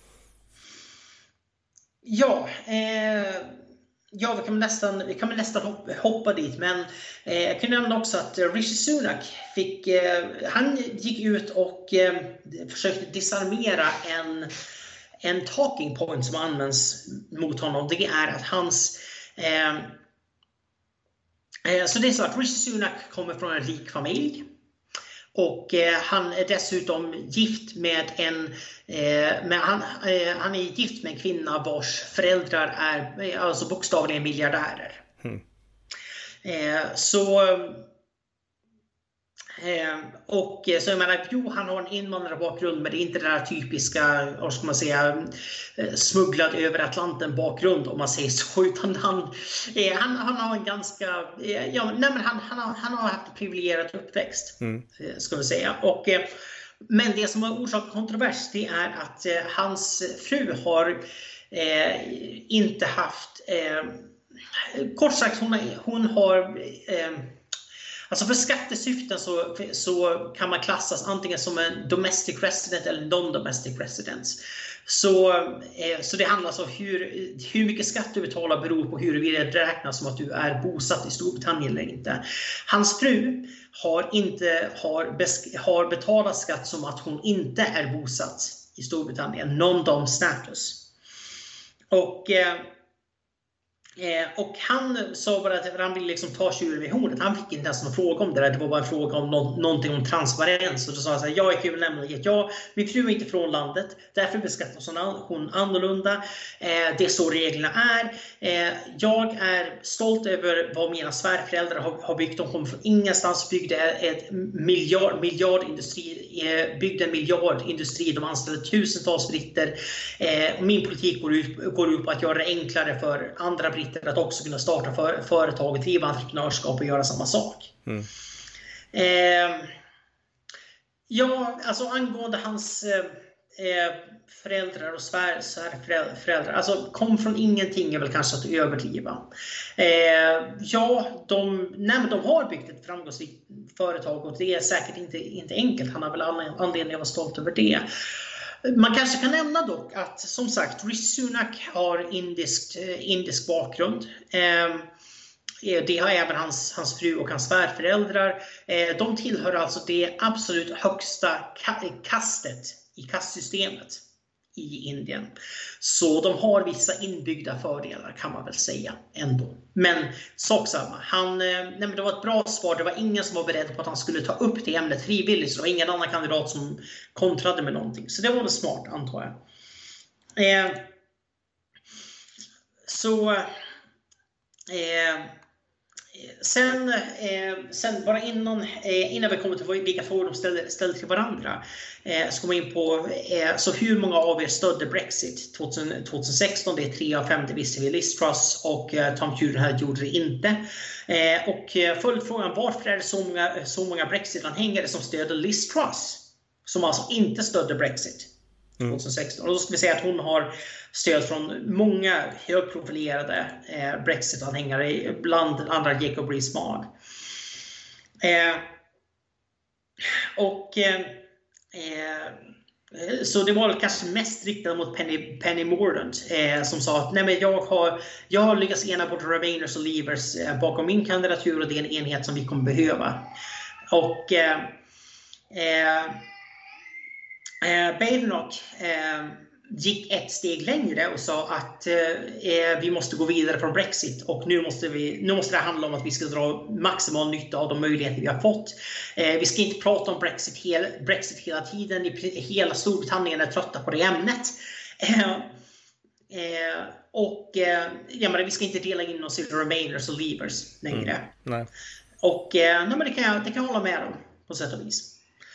Ja, vi kan nästan hoppa dit, men jag kan nämna också att Rishi Sunak han gick ut och försökte disarmera en talking point som används mot honom. Det är att så det är så att Rishi Sunak kommer från en rik familj. Och han är dessutom gift med han är gift med en kvinna vars föräldrar är alltså bokstavligen miljardärer. Så jag menar, han har en invandrarbakgrund, men det är inte den här typiska, vad ska man säga, smugglad över Atlanten bakgrund om man säger så, utan han har en ganska, han har haft en privilegierad uppväxt, ska vi säga. Och men det som har orsakat kontrovers, det är att hans fru har inte haft, kort sagt, hon har alltså för skattesyften så kan man klassas antingen som en domestic resident eller non-domestic resident. Så det handlar alltså om hur mycket skatt du betalar beror på huruvida det räknas som att du är bosatt i Storbritannien eller inte. Hans fru har betalat skatt som att hon inte är bosatt i Storbritannien, non-dom status. Och han sa bara att han ville liksom ta tjuren vid hornet. Han fick inte ens någon fråga om det där. Det var bara en fråga om någonting om transparens. Och då sa han så här: jag är kul nämligen. Ja, min fru är inte från landet. Därför beskattas hon annorlunda. Det är så reglerna är. Jag är stolt över vad mina svärföräldrar har byggt. De kommer från ingenstans, byggde en miljardindustri. De anställde tusentals britter. Min politik går ut på att göra det enklare för andra britter att också kunna starta företag, driva entreprenörskap och göra samma sak. Alltså angående hans föräldrar och svärföräldrar, alltså kom från ingenting är väl kanske att överdriva. De har byggt ett framgångsrikt företag och det är säkert inte enkelt. Han har väl anledning att vara stolt över det. Man kanske kan nämna dock att, som sagt, Rishi Sunak har indisk bakgrund. Det har även hans fru och hans svärföräldrar. De tillhör alltså det absolut högsta kastet i kastsystemet i Indien. Så de har vissa inbyggda fördelar, kan man väl säga ändå. Men sak samma. Det var ett bra svar. Det var ingen som var beredd på att han skulle ta upp det ämnet frivilligt. Så det var ingen annan kandidat som kontrade med någonting. Så det var väl smart, antar jag. Sen bara innan vi kommer till vilka frågor de ställde till varandra, så kommer in på så hur många av er stödde Brexit 2016? Det är 3 av 5, det visste vi. Liz Truss och Tom Tugendhat gjorde det inte. Och följdfrågan, varför är det så många Brexit-anhängare som stödde Liz Truss, som alltså inte stödde Brexit 2016? Och då ska vi säga att hon har stöd från många högprofilerade Brexit-anhängare, bland andra Jacob Rees-Mogg. Så det var kanske mest riktat mot Penny Mordaunt, som sa att nej, men jag har lyckats ena både Remainers och Leavers bakom min kandidatur, och det är en enhet som vi kommer behöva. Och Badenoch gick ett steg längre och sa att vi måste gå vidare från Brexit, och nu måste det handla om att vi ska dra maximal nytta av de möjligheter vi har fått. Vi ska inte prata om Brexit hela tiden. Hela Storbritannien är trötta på det ämnet. Vi ska inte dela in oss i Remainers och Leavers längre. Nej. Och men det kan jag hålla med om på sätt och vis.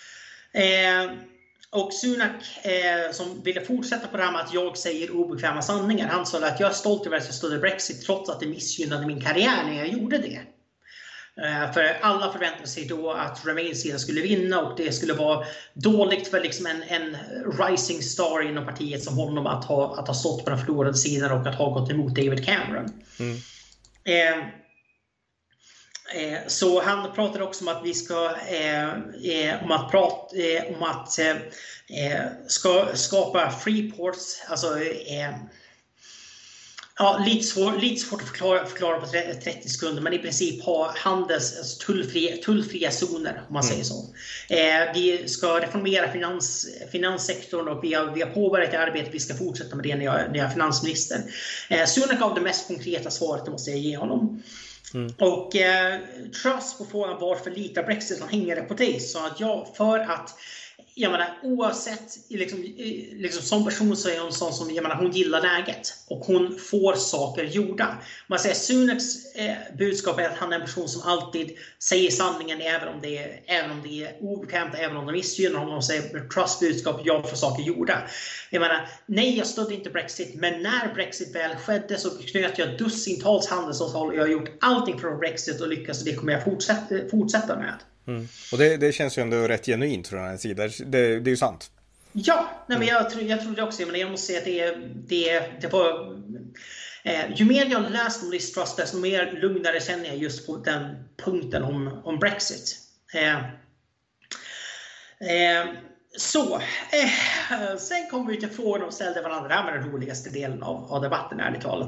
Och Sunak, som ville fortsätta på det här med att jag säger obekväma sanningar, han sa att jag är stolt över att jag stödde Brexit trots att det missgynnade min karriär när jag gjorde det. För alla förväntade sig då att Remain-sidan skulle vinna, och det skulle vara dåligt för liksom en rising star inom partiet som honom att ha stått på den förlorade sidan och att ha gått emot David Cameron. Så han pratade också om att vi ska skapa free ports, alltså lite svårt att förklara på 30 sekunder, men i princip ha tullfria zoner, om man säger så. Vi ska reformera finanssektorn, och vi har påbörjat ett arbete. Vi ska fortsätta med det när jag är finansminister. Sunak gav det mest konkreta svaret, det måste jag ge honom. Och Truss på frågan varför litar Brexit-anhängare på det, så att för att oavsett liksom som person så är hon sån som hon gillar läget och hon får saker gjorda. Man säger Sunaks budskap är att han är en person som alltid säger sanningen även om det är obekvämt, även om de missgynnar honom. Och säger Truss budskap, jag får saker gjorda. Nej, jag stödde inte Brexit, men när Brexit väl skedde så knöt jag dussintals handelsavtal och jag har gjort allting för Brexit och lyckas, och det kommer jag fortsätta med. Och det känns ju ändå rätt genuint från den sidan. Det är ju sant. Ja, men jag tror det också. Men jag måste säga att det var... ju mer jag läst om Liz Truss, desto mer lugnare känner jag just på den punkten om Brexit. Sen kommer vi till frågan och ställde varandra. Det här med den roligaste delen av debatten, ärligt talat.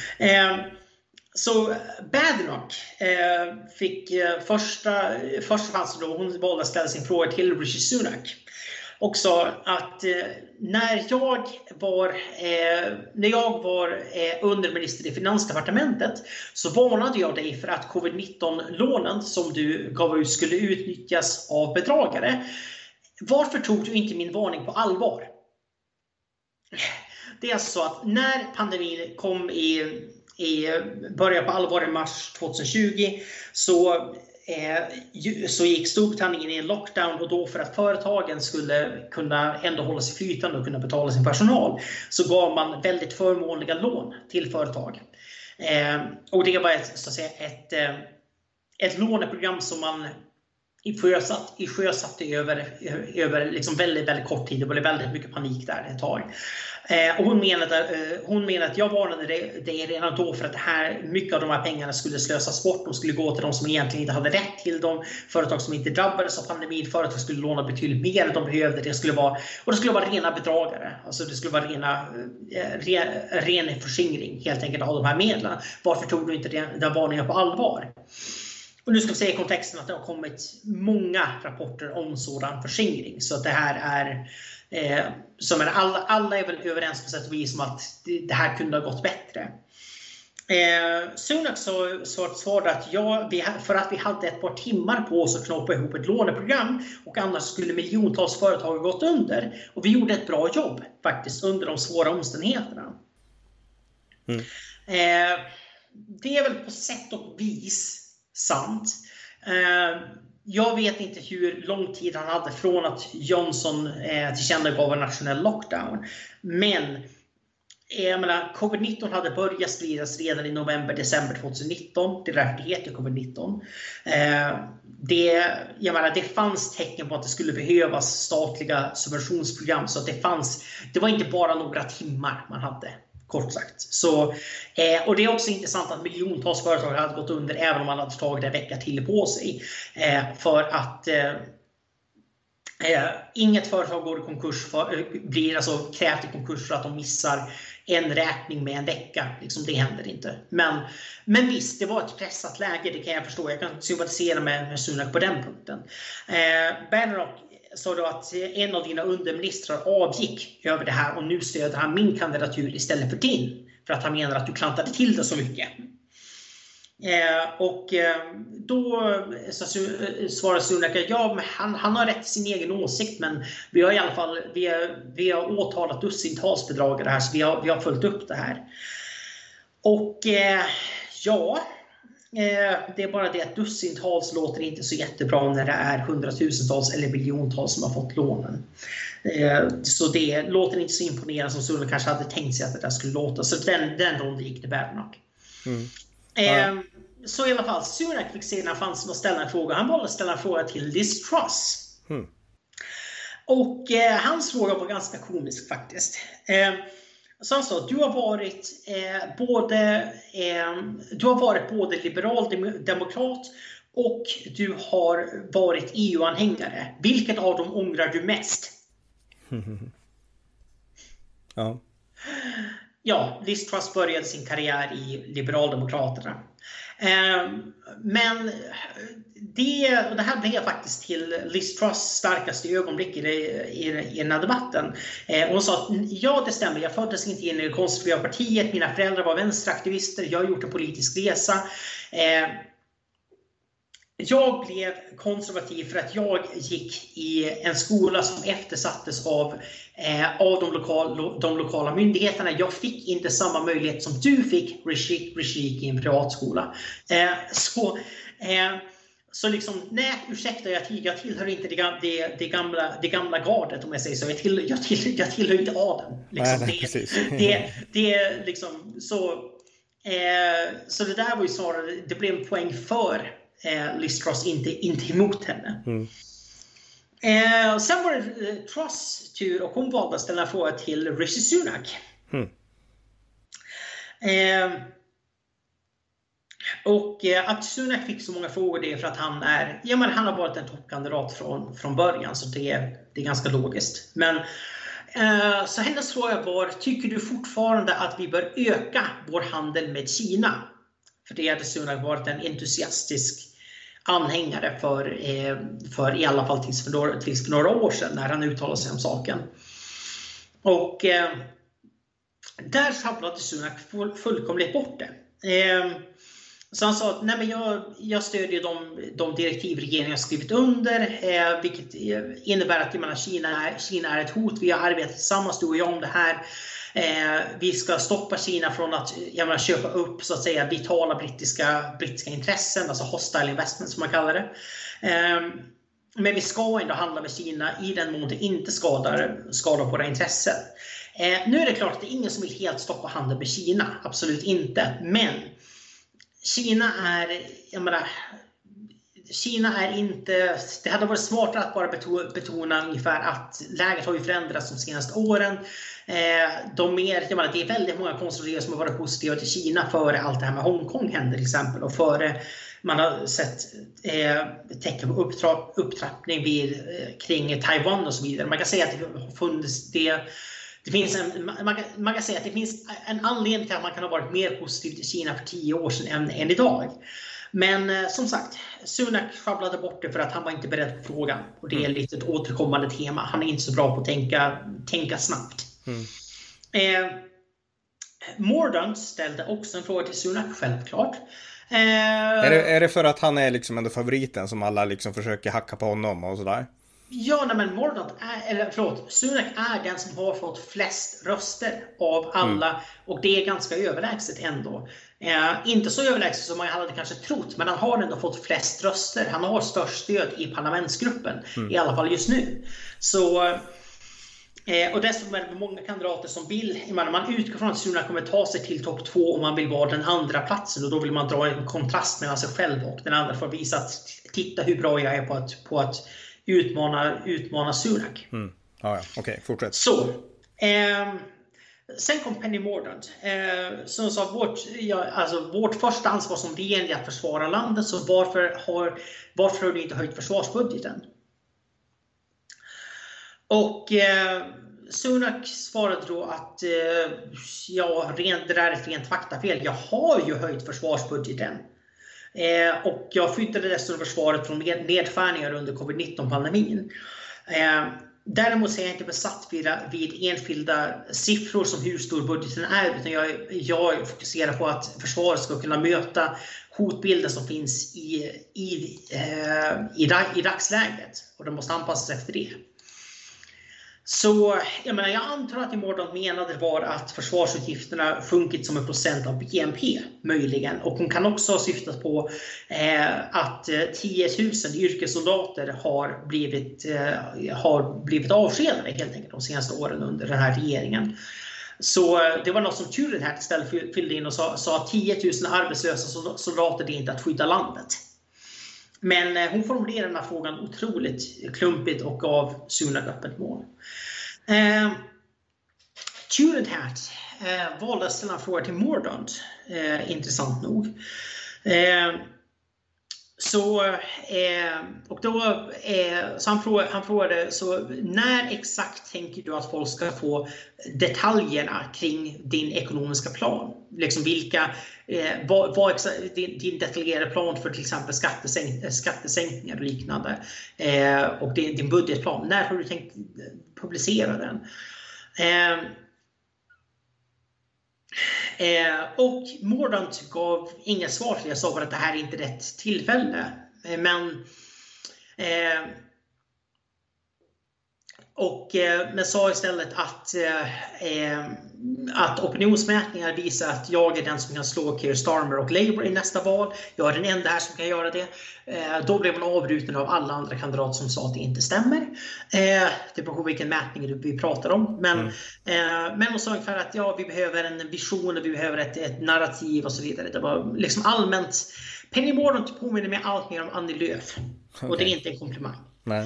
Så Badenoch fick första chansen då hon valde att ställa sin fråga till Rishi Sunak. Och sa att när jag var underminister i finansdepartementet så varnade jag dig för att covid-19-lånen som du gav ut skulle utnyttjas av bedragare. Varför tog du inte min varning på allvar? Det är alltså så att när pandemin kom började på allvar i mars 2020 så gick Storbritannien in i en lockdown, och då för att företagen skulle kunna ändå hålla sig flytande och kunna betala sin personal så gav man väldigt förmånliga lån till företag. Och det var ett låneprogram som man sjösatte över liksom väldigt, väldigt kort tid. Det var väldigt mycket panik där ett tag. Och hon menade att jag varnade det redan då för att mycket av de här pengarna skulle slösas bort. De skulle gå till de som egentligen inte hade rätt till dem. Företag som inte drabbades av pandemin. Företag skulle låna betydligt mer än de behövde. Det skulle vara rena bedragare. Alltså det skulle vara ren förskingring helt enkelt av de här medlen. Varför tog du inte den varningen på allvar? Och nu ska vi säga i kontexten att det har kommit många rapporter om sådan förskingring. Så att det här är alla är väl överens på sätt och vis om att det här kunde ha gått bättre. Sunak svarade att för att vi hade ett par timmar på oss att knoppa ihop ett låneprogram och annars skulle miljontals företag ha gått under. Och vi gjorde ett bra jobb faktiskt under de svåra omständigheterna. Det är väl på sätt och vis sant. Jag vet inte hur lång tid han hade från att Johnson tillkännagav en nationell lockdown. Men jag menar, covid-19 hade börjat spridas redan i november-december 2019. Det är därför det heter covid-19. Det fanns tecken på att det skulle behövas statliga subventionsprogram. Så att det var inte bara några timmar man hade, kort sagt. Så, och det är också intressant att miljontals företag hade gått under även om man hade tagit en vecka till på sig. För att inget företag går i konkurs blir alltså krävt i konkurs för att de missar en räkning med en vecka. Liksom, det händer inte. Men visst, det var ett pressat läge, det kan jag förstå. Jag kan sympatisera med Sunak på den punkten. Badenoch sa då att en av dina underministrar avgick över det här och nu stöder han min kandidatur istället för din. För att han menar att du klantade till det så mycket. Och då svarar Sunak att ja, han har rätt i sin egen åsikt, men vi har i alla fall vi har åtalat dussintals bedragare här, så vi har följt upp det här. Och det är bara det att dussintals låter inte så jättebra när det är hundratusentals eller miljontals som har fått lånen. Så det låter inte så imponerande som Sunak kanske hade tänkt sig att det där skulle låta. Så den ronden gick det Badenoch. Så i alla fall, Sunak fick se när fanns att ställa en fråga. Han valde att ställa en fråga till Liz Truss. Och hans fråga var ganska komisk faktiskt. Så han sa, du har varit både liberal demokrat och du har varit EU-anhängare. Vilket av dem ångrar du mest? Ja, Liz Truss började sin karriär i Liberaldemokraterna. Men det här blev faktiskt till Liz Truss starkaste ögonblick i den här debatten. Hon sa att ja, det stämmer, jag föddes inte in i det konservativa partiet, mina föräldrar var vänsteraktivister, jag har gjort en politisk resa. Jag blev konservativ för att jag gick i en skola som eftersattes av de lokala myndigheterna. Jag fick inte samma möjlighet som du fick, Rishik, i en privatskola. Så liksom, nej, ursäkta, jag tillhör inte det gamla gardet, om jag säger så. Jag tillhör inte adeln. Liksom. Det är liksom så. Så det där var ju snarare, det blev en poäng för Liz Truss, inte emot henne. Sen var det Truss tur och hon valde att ställa en fråga till Rishi Sunak. Och att Sunak fick så många frågor, det är för att han har varit en toppkandidat från början, så det är ganska logiskt. Men så hennes fråga var, tycker du fortfarande att vi bör öka vår handel med Kina? För det hade Sunak varit en entusiastisk anhängare för i alla fall tills för några år sedan när han uttalade sig om saken. Och där sjabblade Sunak fullkomligt bort det. Så han sa att nej, men jag stödjer de direktiv regeringen har skrivit under, vilket innebär att Kina är ett hot. Vi har arbetat tillsammans, du och jag, om det här. Vi ska stoppa Kina från att köpa upp, så att säga, vitala brittiska intressen, alltså hostile investment som man kallar det. Men vi ska ändå handla med Kina i den mån det inte skadar våra intressen. Nu är det klart att det är ingen som vill helt stoppa handel med Kina, absolut inte. Men Kina är inte, det hade varit smartare att bara betona ungefär att läget har ju förändrats de senaste åren. Det är väldigt många konservativa som har varit positiva till Kina före allt det här med Hongkong hände till exempel, och före man har sett tecken på upptrappning kring Taiwan och så vidare. Man kan säga att det har funnits man kan säga att det finns en anledning till att man kan ha varit mer positiv till Kina för 10 år sedan än idag. Men som sagt, Sunak sjabblade bort det för att han var inte beredd på frågan. Och det är lite ett återkommande tema. Han är inte så bra på att tänka snabbt. Mordaunt ställde också en fråga till Sunak, självklart. Är det för att han är liksom ändå favoriten som alla liksom försöker hacka på honom och sådär? Ja, men Sunak är den som har fått flest röster av alla, och det är ganska överlägset ändå. Inte så överlägset som man hade kanske trott, men han har ändå fått flest röster. Han har störst stöd i parlamentsgruppen, i alla fall just nu. Så, och dessutom är det många kandidater som vill, man utgår från att Sunak kommer ta sig till topp 2 om man vill vara den andra platsen, och då vill man dra en kontrast mellan sig själv och den andra för att visa att titta hur bra jag är på att utmana Sunak. Okej, fortsätt. Så, sen kom Penny Mordaunt som sa vårt första ansvar som regering är att försvara landet, så varför har du inte höjt försvarsbudgeten? Och Sunak svarade då att det där är ett rent faktafel. Jag har ju höjt försvarsbudgeten. Och jag skyddade dessutom försvaret från nedskärningar under covid-19-pandemin. Däremot är jag inte besatt vid enskilda siffror som hur stor budgeten är, utan jag fokuserar på att försvaret ska kunna möta hotbilden som finns i dagsläget, och de måste anpassa sig efter det. Så jag antar att Mordaunt menade var att försvarsutgifterna sjunkit som en procent av BNP möjligen, och hon kan också ha syftat på att 10 000 yrkessoldater har blivit avskedade helt enkelt de senaste åren under den här regeringen. Så det var något som Turen här istället fyllde in och sa att 10 000 arbetslösa soldater, det är inte att skydda landet. Men hon formulerade den här frågan otroligt klumpigt och gav Sunak öppet mål. Turen här valde att ställa en fråga till Mordaunt, intressant nog. Så han frågade, så när exakt tänker du att folk ska få detaljerna kring din ekonomiska plan? Liksom vad din detaljerade plan för till exempel skattesänkningar och liknande, och din budgetplan. När har du tänkt publicera den? Och Mordaunt gav inga svar till. Jag sa bara att det här är inte rätt tillfälle. Men sa istället att opinionsmätningar visar att jag är den som kan slå Keir Starmer och Labour i nästa val. Jag är den enda här som kan göra det. Då blev man avbruten av alla andra kandidater som sa att det inte stämmer. Det beror på vilken mätning vi pratar om. Men hon sa ungefär att vi behöver en vision och vi behöver ett narrativ och så vidare. Det var liksom allmänt. Penny Mordaunt påminner mig allt mer om Annie Lööf. Okay. Och det är inte en komplimang. Nej.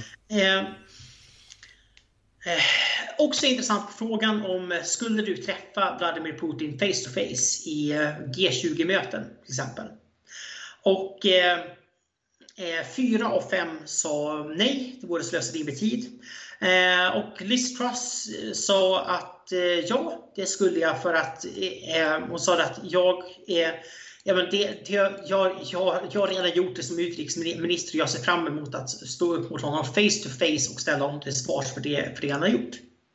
Också intressant på frågan om skulle du träffa Vladimir Putin face to face i G20-möten till exempel. Och 4 av 5 sa nej, det vore slöseri med tid. Och Liz Truss sa att ja, det skulle jag, för att hon sa att jag har redan gjort det som utrikesminister. Jag ser fram emot att stå upp mot honom face to face och ställa honom till svars för det han har gjort.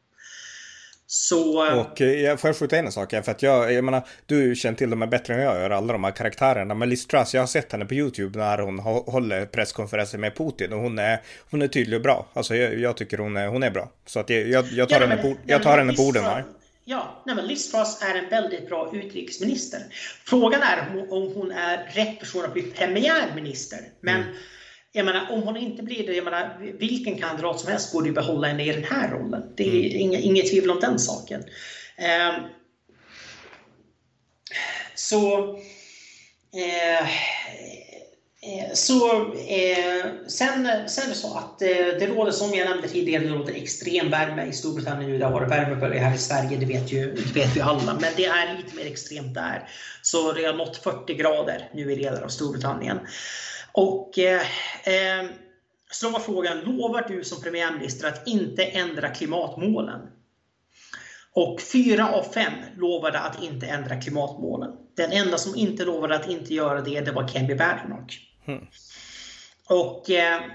Så, och jag får skjuta in en sak här, för att jag menar, du känner till dem bättre än jag gör, alla de här karaktärerna, men Liz Truss, jag har sett henne på YouTube när hon håller presskonferenser med Putin, och hon är tydlig och bra. Alltså jag tycker hon är bra, så att jag tar henne på orden här. Ja, men Liz Truss är en väldigt bra utrikesminister. Frågan är om hon är rätt person att bli premiärminister. Men jag menar, om hon inte blir det, jag menar, vilken kandidat som helst borde ju behålla henne i den här rollen. Det är inget tvivel om den saken. Sen är det så att det råder, som jag nämnde tidigare, det råder extrem värme i Storbritannien nu. Det har varit värmebölja här i Sverige, det vet vi alla, men det är lite mer extremt där. Så det har nått 40 grader nu i delar av Storbritannien. Och så var frågan, lovar du som premiärminister att inte ändra klimatmålen? Och 4 av 5 lovade att inte ändra klimatmålen. Den enda som inte lovade att inte göra det var Kemi Badenoch. Och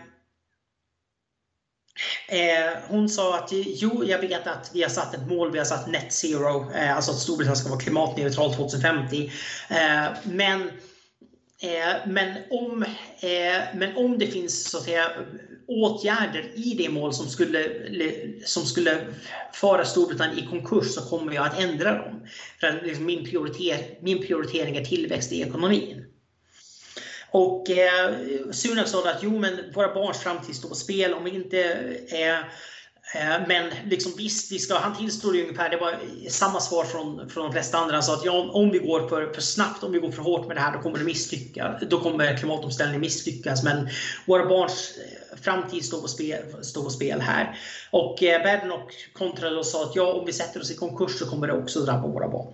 hon sa att jo, jag vet att vi har satt ett mål, vi har satt net zero, alltså att Storbritannien ska vara klimatneutral 2050. Men om det finns så att säga åtgärder i det mål som skulle föra Storbritannien i konkurs, så kommer jag att ändra dem. För att liksom min prioritering är tillväxt i ekonomin. Och Sunak sa att men våra barns framtid står på spel om vi inte men liksom visst, han tillstod ju ungefär, det var samma svar från de flesta andra. Han sa att om vi går för snabbt, om vi går för hårt med det här, då kommer det misslyckas. Då kommer klimatomställningen misslyckas, men våra barns framtid står på spel här. Och Badenoch kontrade och sa att om vi sätter oss i konkurs så kommer det också drabba våra barn.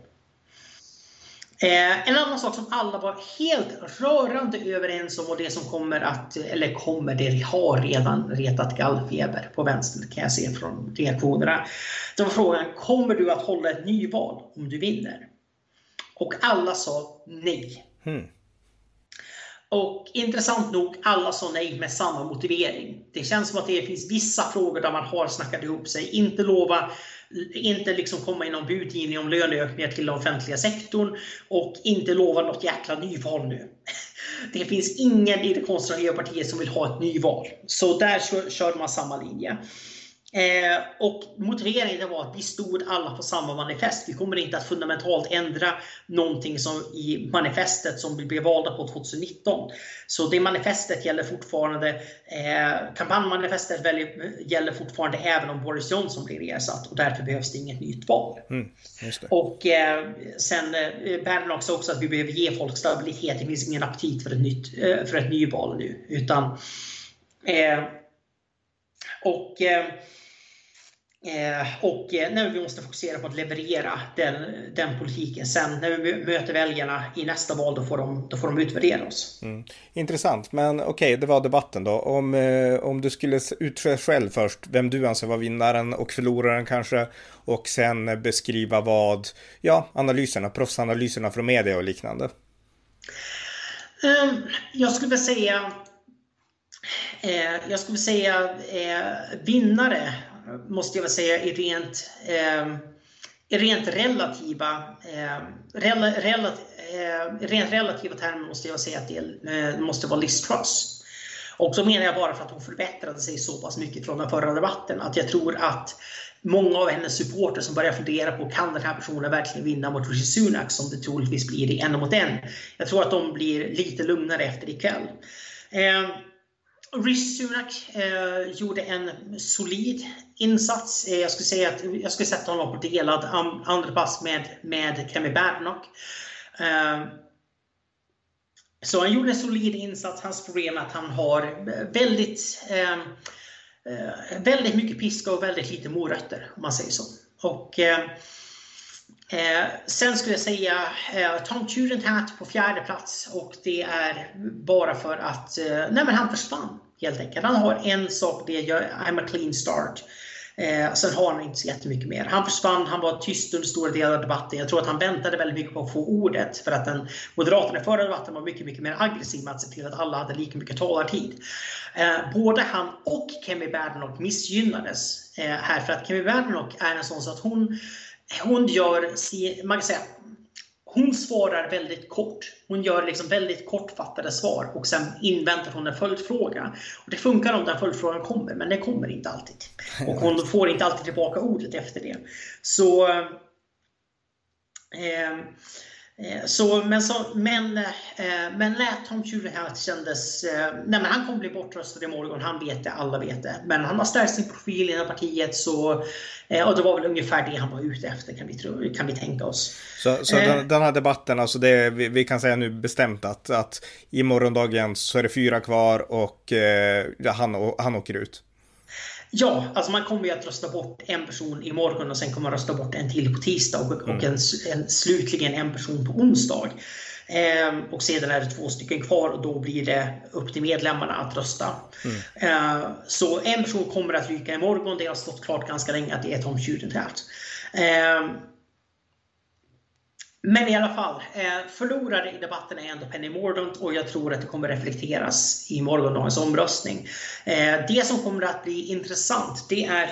En annan sak som alla var helt rörande överens om, och det som det har redan retat gallfeber på vänster, kan jag se från reaktionerna. Det var frågan, kommer du att hålla ett nyval om du vinner? Och alla sa nej. Och intressant nog, alla sa nej med samma motivering. Det känns som att det finns vissa frågor där man har snackat ihop sig. Inte liksom komma i någon budgivning om löneökningar till den offentliga sektorn, och inte lova något jäkla nyval nu. Det finns ingen i det konservativa partiet som vill ha ett nyval. Så där kör man samma linje. Och motiveringen var att vi stod alla på samma manifest. Vi kommer inte att fundamentalt ändra någonting som i manifestet som vi blev valda på 2019. Så det manifestet gäller fortfarande. Kampanjmanifestet gäller fortfarande även om Boris Johnson blir ersatt, och därför behövs det inget nytt val. Just det. Och sen Badenoch sa också att vi behöver ge folk stabilitet. Det finns ingen aptit för ett nyval nu, utan vi måste fokusera på att leverera den politiken. Sen när vi möter väljarna i nästa val, då får de utvärdera oss. Intressant, men okej, det var debatten då. Om du skulle utse själv först, vem du anser var vinnaren och förloraren kanske, och sen beskriva proffsanalyserna från media och liknande. Jag skulle säga vinnare, måste jag väl säga, i rent relativa termer måste jag säga att det måste vara Liz Truss. Och så menar jag bara för att hon förbättrade sig så pass mycket från den förra debatten, att jag tror att många av hennes supporter som börjar fundera på, kan den här personen verkligen vinna mot Rishi Sunak, som det troligtvis blir i 1 mot 1. Jag tror att de blir lite lugnare efter ikväll. Rishi Sunak gjorde en solid insats. Jag skulle sätta honom på delad andra pass med Kemi Badenoch. Så han gjorde en solid insats. Hans problem är att han har väldigt mycket piska och väldigt lite morötter, om man säger så. Och sen skulle jag säga Tom Tugendhat på 4:e plats, och det är bara för att han försvann helt enkelt. Han har en sak, det gör I'm a clean start. Sen har han inte så jättemycket mer. Han försvann, han var tyst under stora delar av debatten. Jag tror att han väntade väldigt mycket på att få ordet, för att Moderaterna i förra debatten var mycket, mycket mer aggressiv med att se till att alla hade lika mycket talartid. Både han och Kemi Badenoch missgynnades här, för att Kemi Badenoch är en sån så att hon svarar väldigt kort. Hon gör liksom väldigt kortfattade svar, och sen inväntar hon en följdfråga. Och det funkar om den följdfrågan kommer, men den kommer inte alltid. Och hon får inte alltid tillbaka ordet efter det. Men Tom Tugendhat kändes... han kommer bli bortröstad imorgon, han vet det, alla vet det. Men han har stärkt sin profil i partiet, och det var väl ungefär det han var ute efter, kan vi tänka oss. Så den här debatten, alltså vi kan säga nu bestämt att i morgondagen så är det 4 kvar, och han åker ut. Ja, alltså man kommer ju att rösta bort en person imorgon, och sen kommer man rösta bort en till på tisdag, och slutligen en person på onsdag. Och sedan är det 2 stycken kvar, och då blir det upp till medlemmarna att rösta. Så en person kommer att ryka imorgon. Det har stått klart ganska länge att det är Tom Tugendhat. Men i alla fall, förlorare i debatten är ändå Penny Mordaunt, och jag tror att det kommer reflekteras i morgondagens omröstning. Det som kommer att bli intressant, det är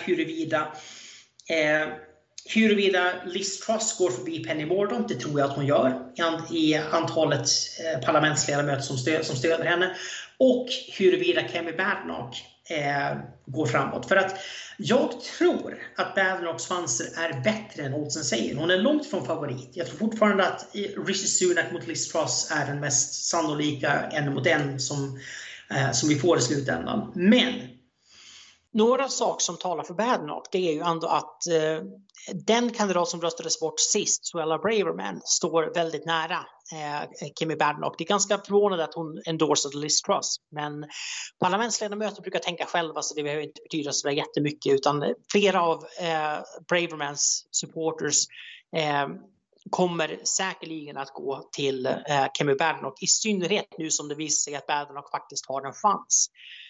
huruvida Liz Truss går förbi Penny Mordaunt. Det tror jag att hon gör i antalet parlamentsledamöter som stöder henne. och huruvida Kemi Badenoch går framåt. För att jag tror att Badenochs chanser är bättre än oddsen säger. Hon är långt från favorit. Jag tror fortfarande att Rishi Sunak mot Liz Truss är den mest sannolika en mot en som vi får i slutändan. Men några saker som talar för Badenoch, det är ju ändå att den kandidat som röstades bort sist, Suella Braverman, står väldigt nära Kemi Badenoch. Det är ganska förvånande att hon endorsade Liz Truss, men parlamentsledamöter brukar tänka själva, så det behöver inte betyda så jättemycket, utan flera av Bravermans supporters kommer säkerligen att gå till Kemi Badenoch, i synnerhet nu som det visar sig att Badenoch faktiskt har en chans.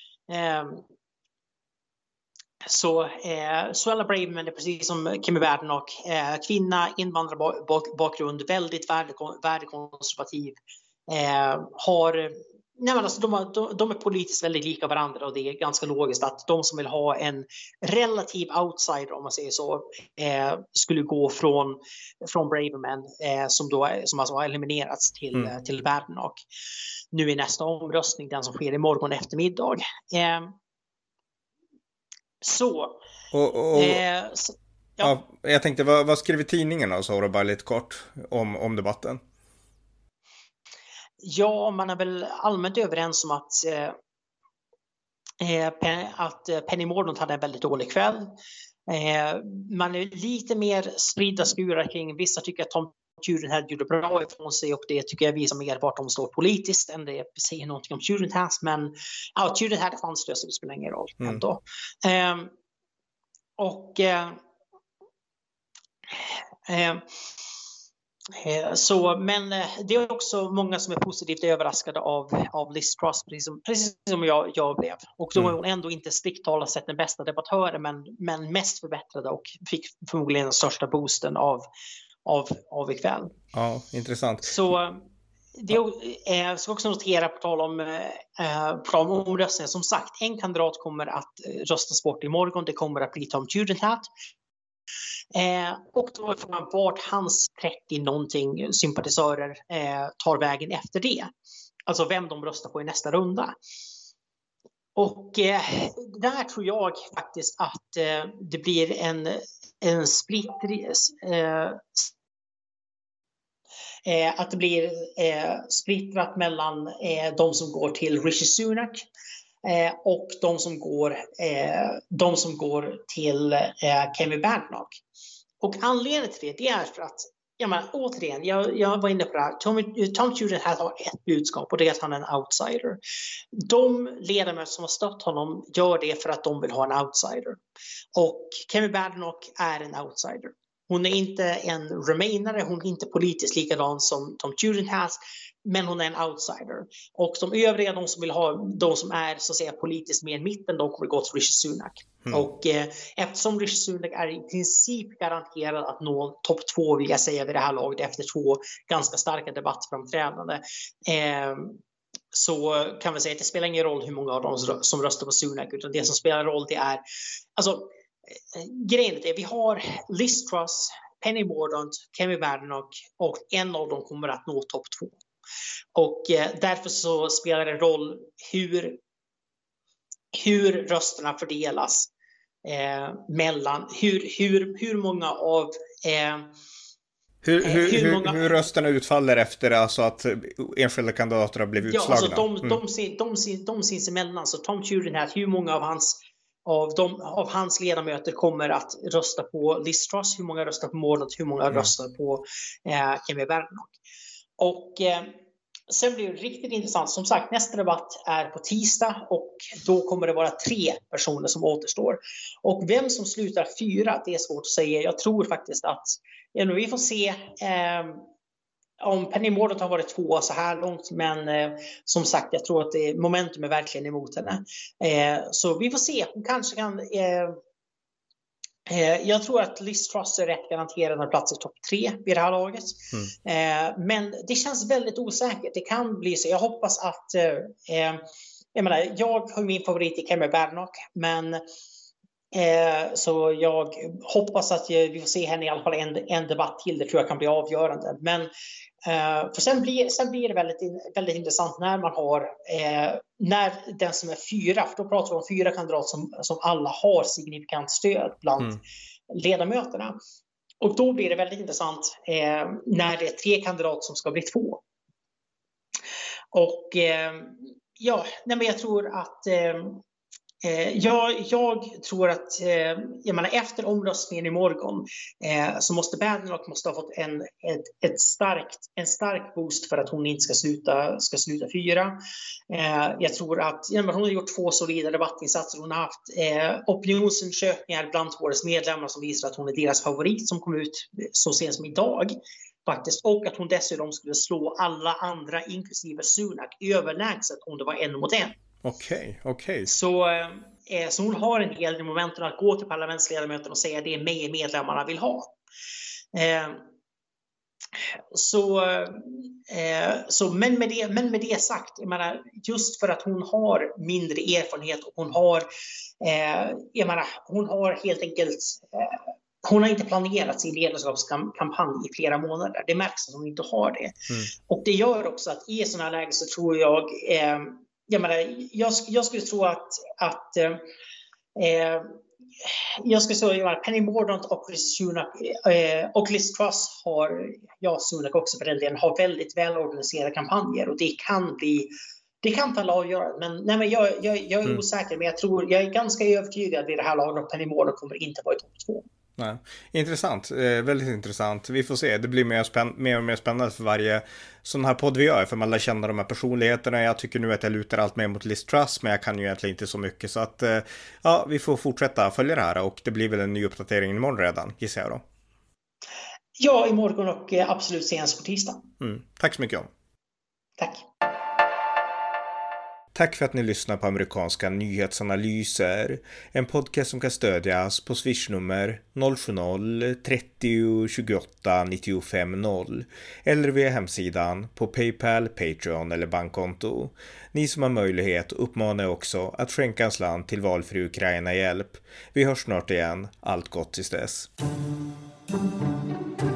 Så Suella Braverman är precis som Kemi Badenoch, kvinna, invandrarbakgrund, väldigt värdekonservativ, de är politiskt väldigt lika varandra, och det är ganska logiskt att de som vill ha en relativ outsider, om man säger så, skulle gå från Braverman, som alltså har eliminerats till Badenoch nu i nästa omröstning, den som sker imorgon eftermiddag. Ja, jag tänkte, vad skriver tidningen, sa du bara lite kort om debatten? Ja, man är väl allmänt överens om att Penny Mordaunt hade en väldigt dålig kväll. Man är lite mer spridda skurar kring, vissa tycker att Tom Tugendhat gjorde bra ifrån sig, och det tycker jag visar mer vart de står politiskt än det säger någonting om Tugendhat, men Tugendhat är chanslös, det spelar ingen roll ändå. Men det är också många som är positivt överraskade av Liz Truss, precis som jag blev. Och då är hon ändå inte strikt talat sett den bästa debattören, men mest förbättrade, och fick förmodligen den största boosten av ikväll. Ja, intressant. Så det ska också notera, på tal om omröstningen, som sagt, en kandidat kommer att röstas bort imorgon. Det kommer att bli Tom Tugendhat. Och då får man vart hans 30-någonting sympatisörer tar vägen efter det. Alltså vem de röstar på i nästa runda. Och där tror jag faktiskt att det blir en att det blir splittrat mellan de som går till Rishi Sunak och de som går till Kemi Badenoch. Och anledningen till det är för att, återigen, jag var inne på det här, Tom Tugendhat har ett budskap, och det är att han är en outsider. De ledamöter som har stött honom gör det för att de vill ha en outsider. Och Kemi Badenoch är en outsider. Hon är inte en remainare, hon är inte politiskt likadan som Tom Tugendhat, men hon är en outsider. Och de övriga, de som vill ha, de som är så att säga politiskt mer mitten, de kommer gå till Rishi Sunak. Och eftersom Rishi Sunak är i princip garanterad att nå topp 2, vill jag säga vid det här laget, efter 2 ganska starka debattframträdande, så kan vi säga att det spelar ingen roll hur många av dem som röstar på Sunak, utan det som spelar roll, det är, alltså, grejen är, vi har Liz Truss, Penny Mordaunt, Kemi Badenoch, och en av dem kommer att nå topp 2. Och därför så spelar det roll hur rösterna fördelas mellan hur många av hur rösterna utfaller efter, alltså att enskilda kandidater har blivit utslagna. Alltså de sinsemellan, så Tom Tugendhat, hur många av hans ledamöter kommer att rösta på Liz Truss, hur många röstar på Mordaunt, hur många röstar på Kemi Badenoch. Och sen blir det riktigt intressant. Som sagt, nästa debatt är på tisdag, och då kommer det vara 3 personer som återstår. Och vem som slutar 4, det är svårt att säga. Jag tror faktiskt att vi får se om Penny Mordaunt har varit 2 så här långt, men som sagt, jag tror att momentum är verkligen emot henne. Så vi får se. Hon kanske kan... jag tror att Liz Truss är rätt garanterad en plats i topp 3 vid det här laget. Men det känns väldigt osäkert. Det kan bli så. Jag hoppas att... jag har min favorit i Kemi Badenoch, men Så jag hoppas att vi får se henne i alla fall en debatt till. Det tror jag kan bli avgörande. Men för sen blir det väldigt intressant när man har när den som är 4, för då pratar vi om 4 kandidater som alla har signifikant stöd bland ledamöterna. Och då blir det väldigt intressant när det är 3 kandidater som ska bli 2. Och men jag tror att jag tror att efter omröstningen imorgon så måste Badenoch ha fått en stark boost för att hon inte ska sluta 4. Jag tror att hon har gjort 2 solida debattinsatser. Hon har haft opinionsundersökningar bland HRs medlemmar som visar att hon är deras favorit, som kom ut så sent som idag faktiskt, och att hon dessutom skulle slå alla andra inklusive Sunak överlägset om det var 1 mot 1. Okej. Så hon har en hel del momenten att gå till parlamentsledamöterna och säga det medlemmarna vill ha. Men med det sagt, jag menar, just för att hon har mindre erfarenhet och hon har helt enkelt hon har inte planerat sin ledarskapskampanj i flera månader. Det märks att hon inte har det. Och det gör också att i sådana här lägen så tror jag skulle tro att Penny Mordaunt och Sunak och Liz Truss Sunak också för den delen, har väldigt välorganiserade kampanjer, och det kan falla avgörande. Men jag är osäker, men jag är ganska övertygad vid det här laget att Penny Mordaunt kommer inte vara i topp 2. Nej. Intressant, väldigt intressant. Vi får se, det blir mer och mer spännande för varje sån här podd vi gör, för man lär känna de här personligheterna. Jag tycker nu att jag lutar allt mer mot Liz Truss, men jag kan ju egentligen inte så mycket, så att vi får fortsätta följa det här, och det blir väl en ny uppdatering imorgon redan, gissar jag då. Ja, imorgon och absolut senast på tisdag. Tack så mycket. Tack. Tack för att ni lyssnar på amerikanska nyhetsanalyser. En podcast som kan stödjas på Swish-nummer 070-30 28 95 0 eller via hemsidan på PayPal, Patreon eller bankkonto. Ni som har möjlighet uppmanar också att skänka en slant till valfri Ukraina-hjälp. Vi hörs snart igen. Allt gott tills dess.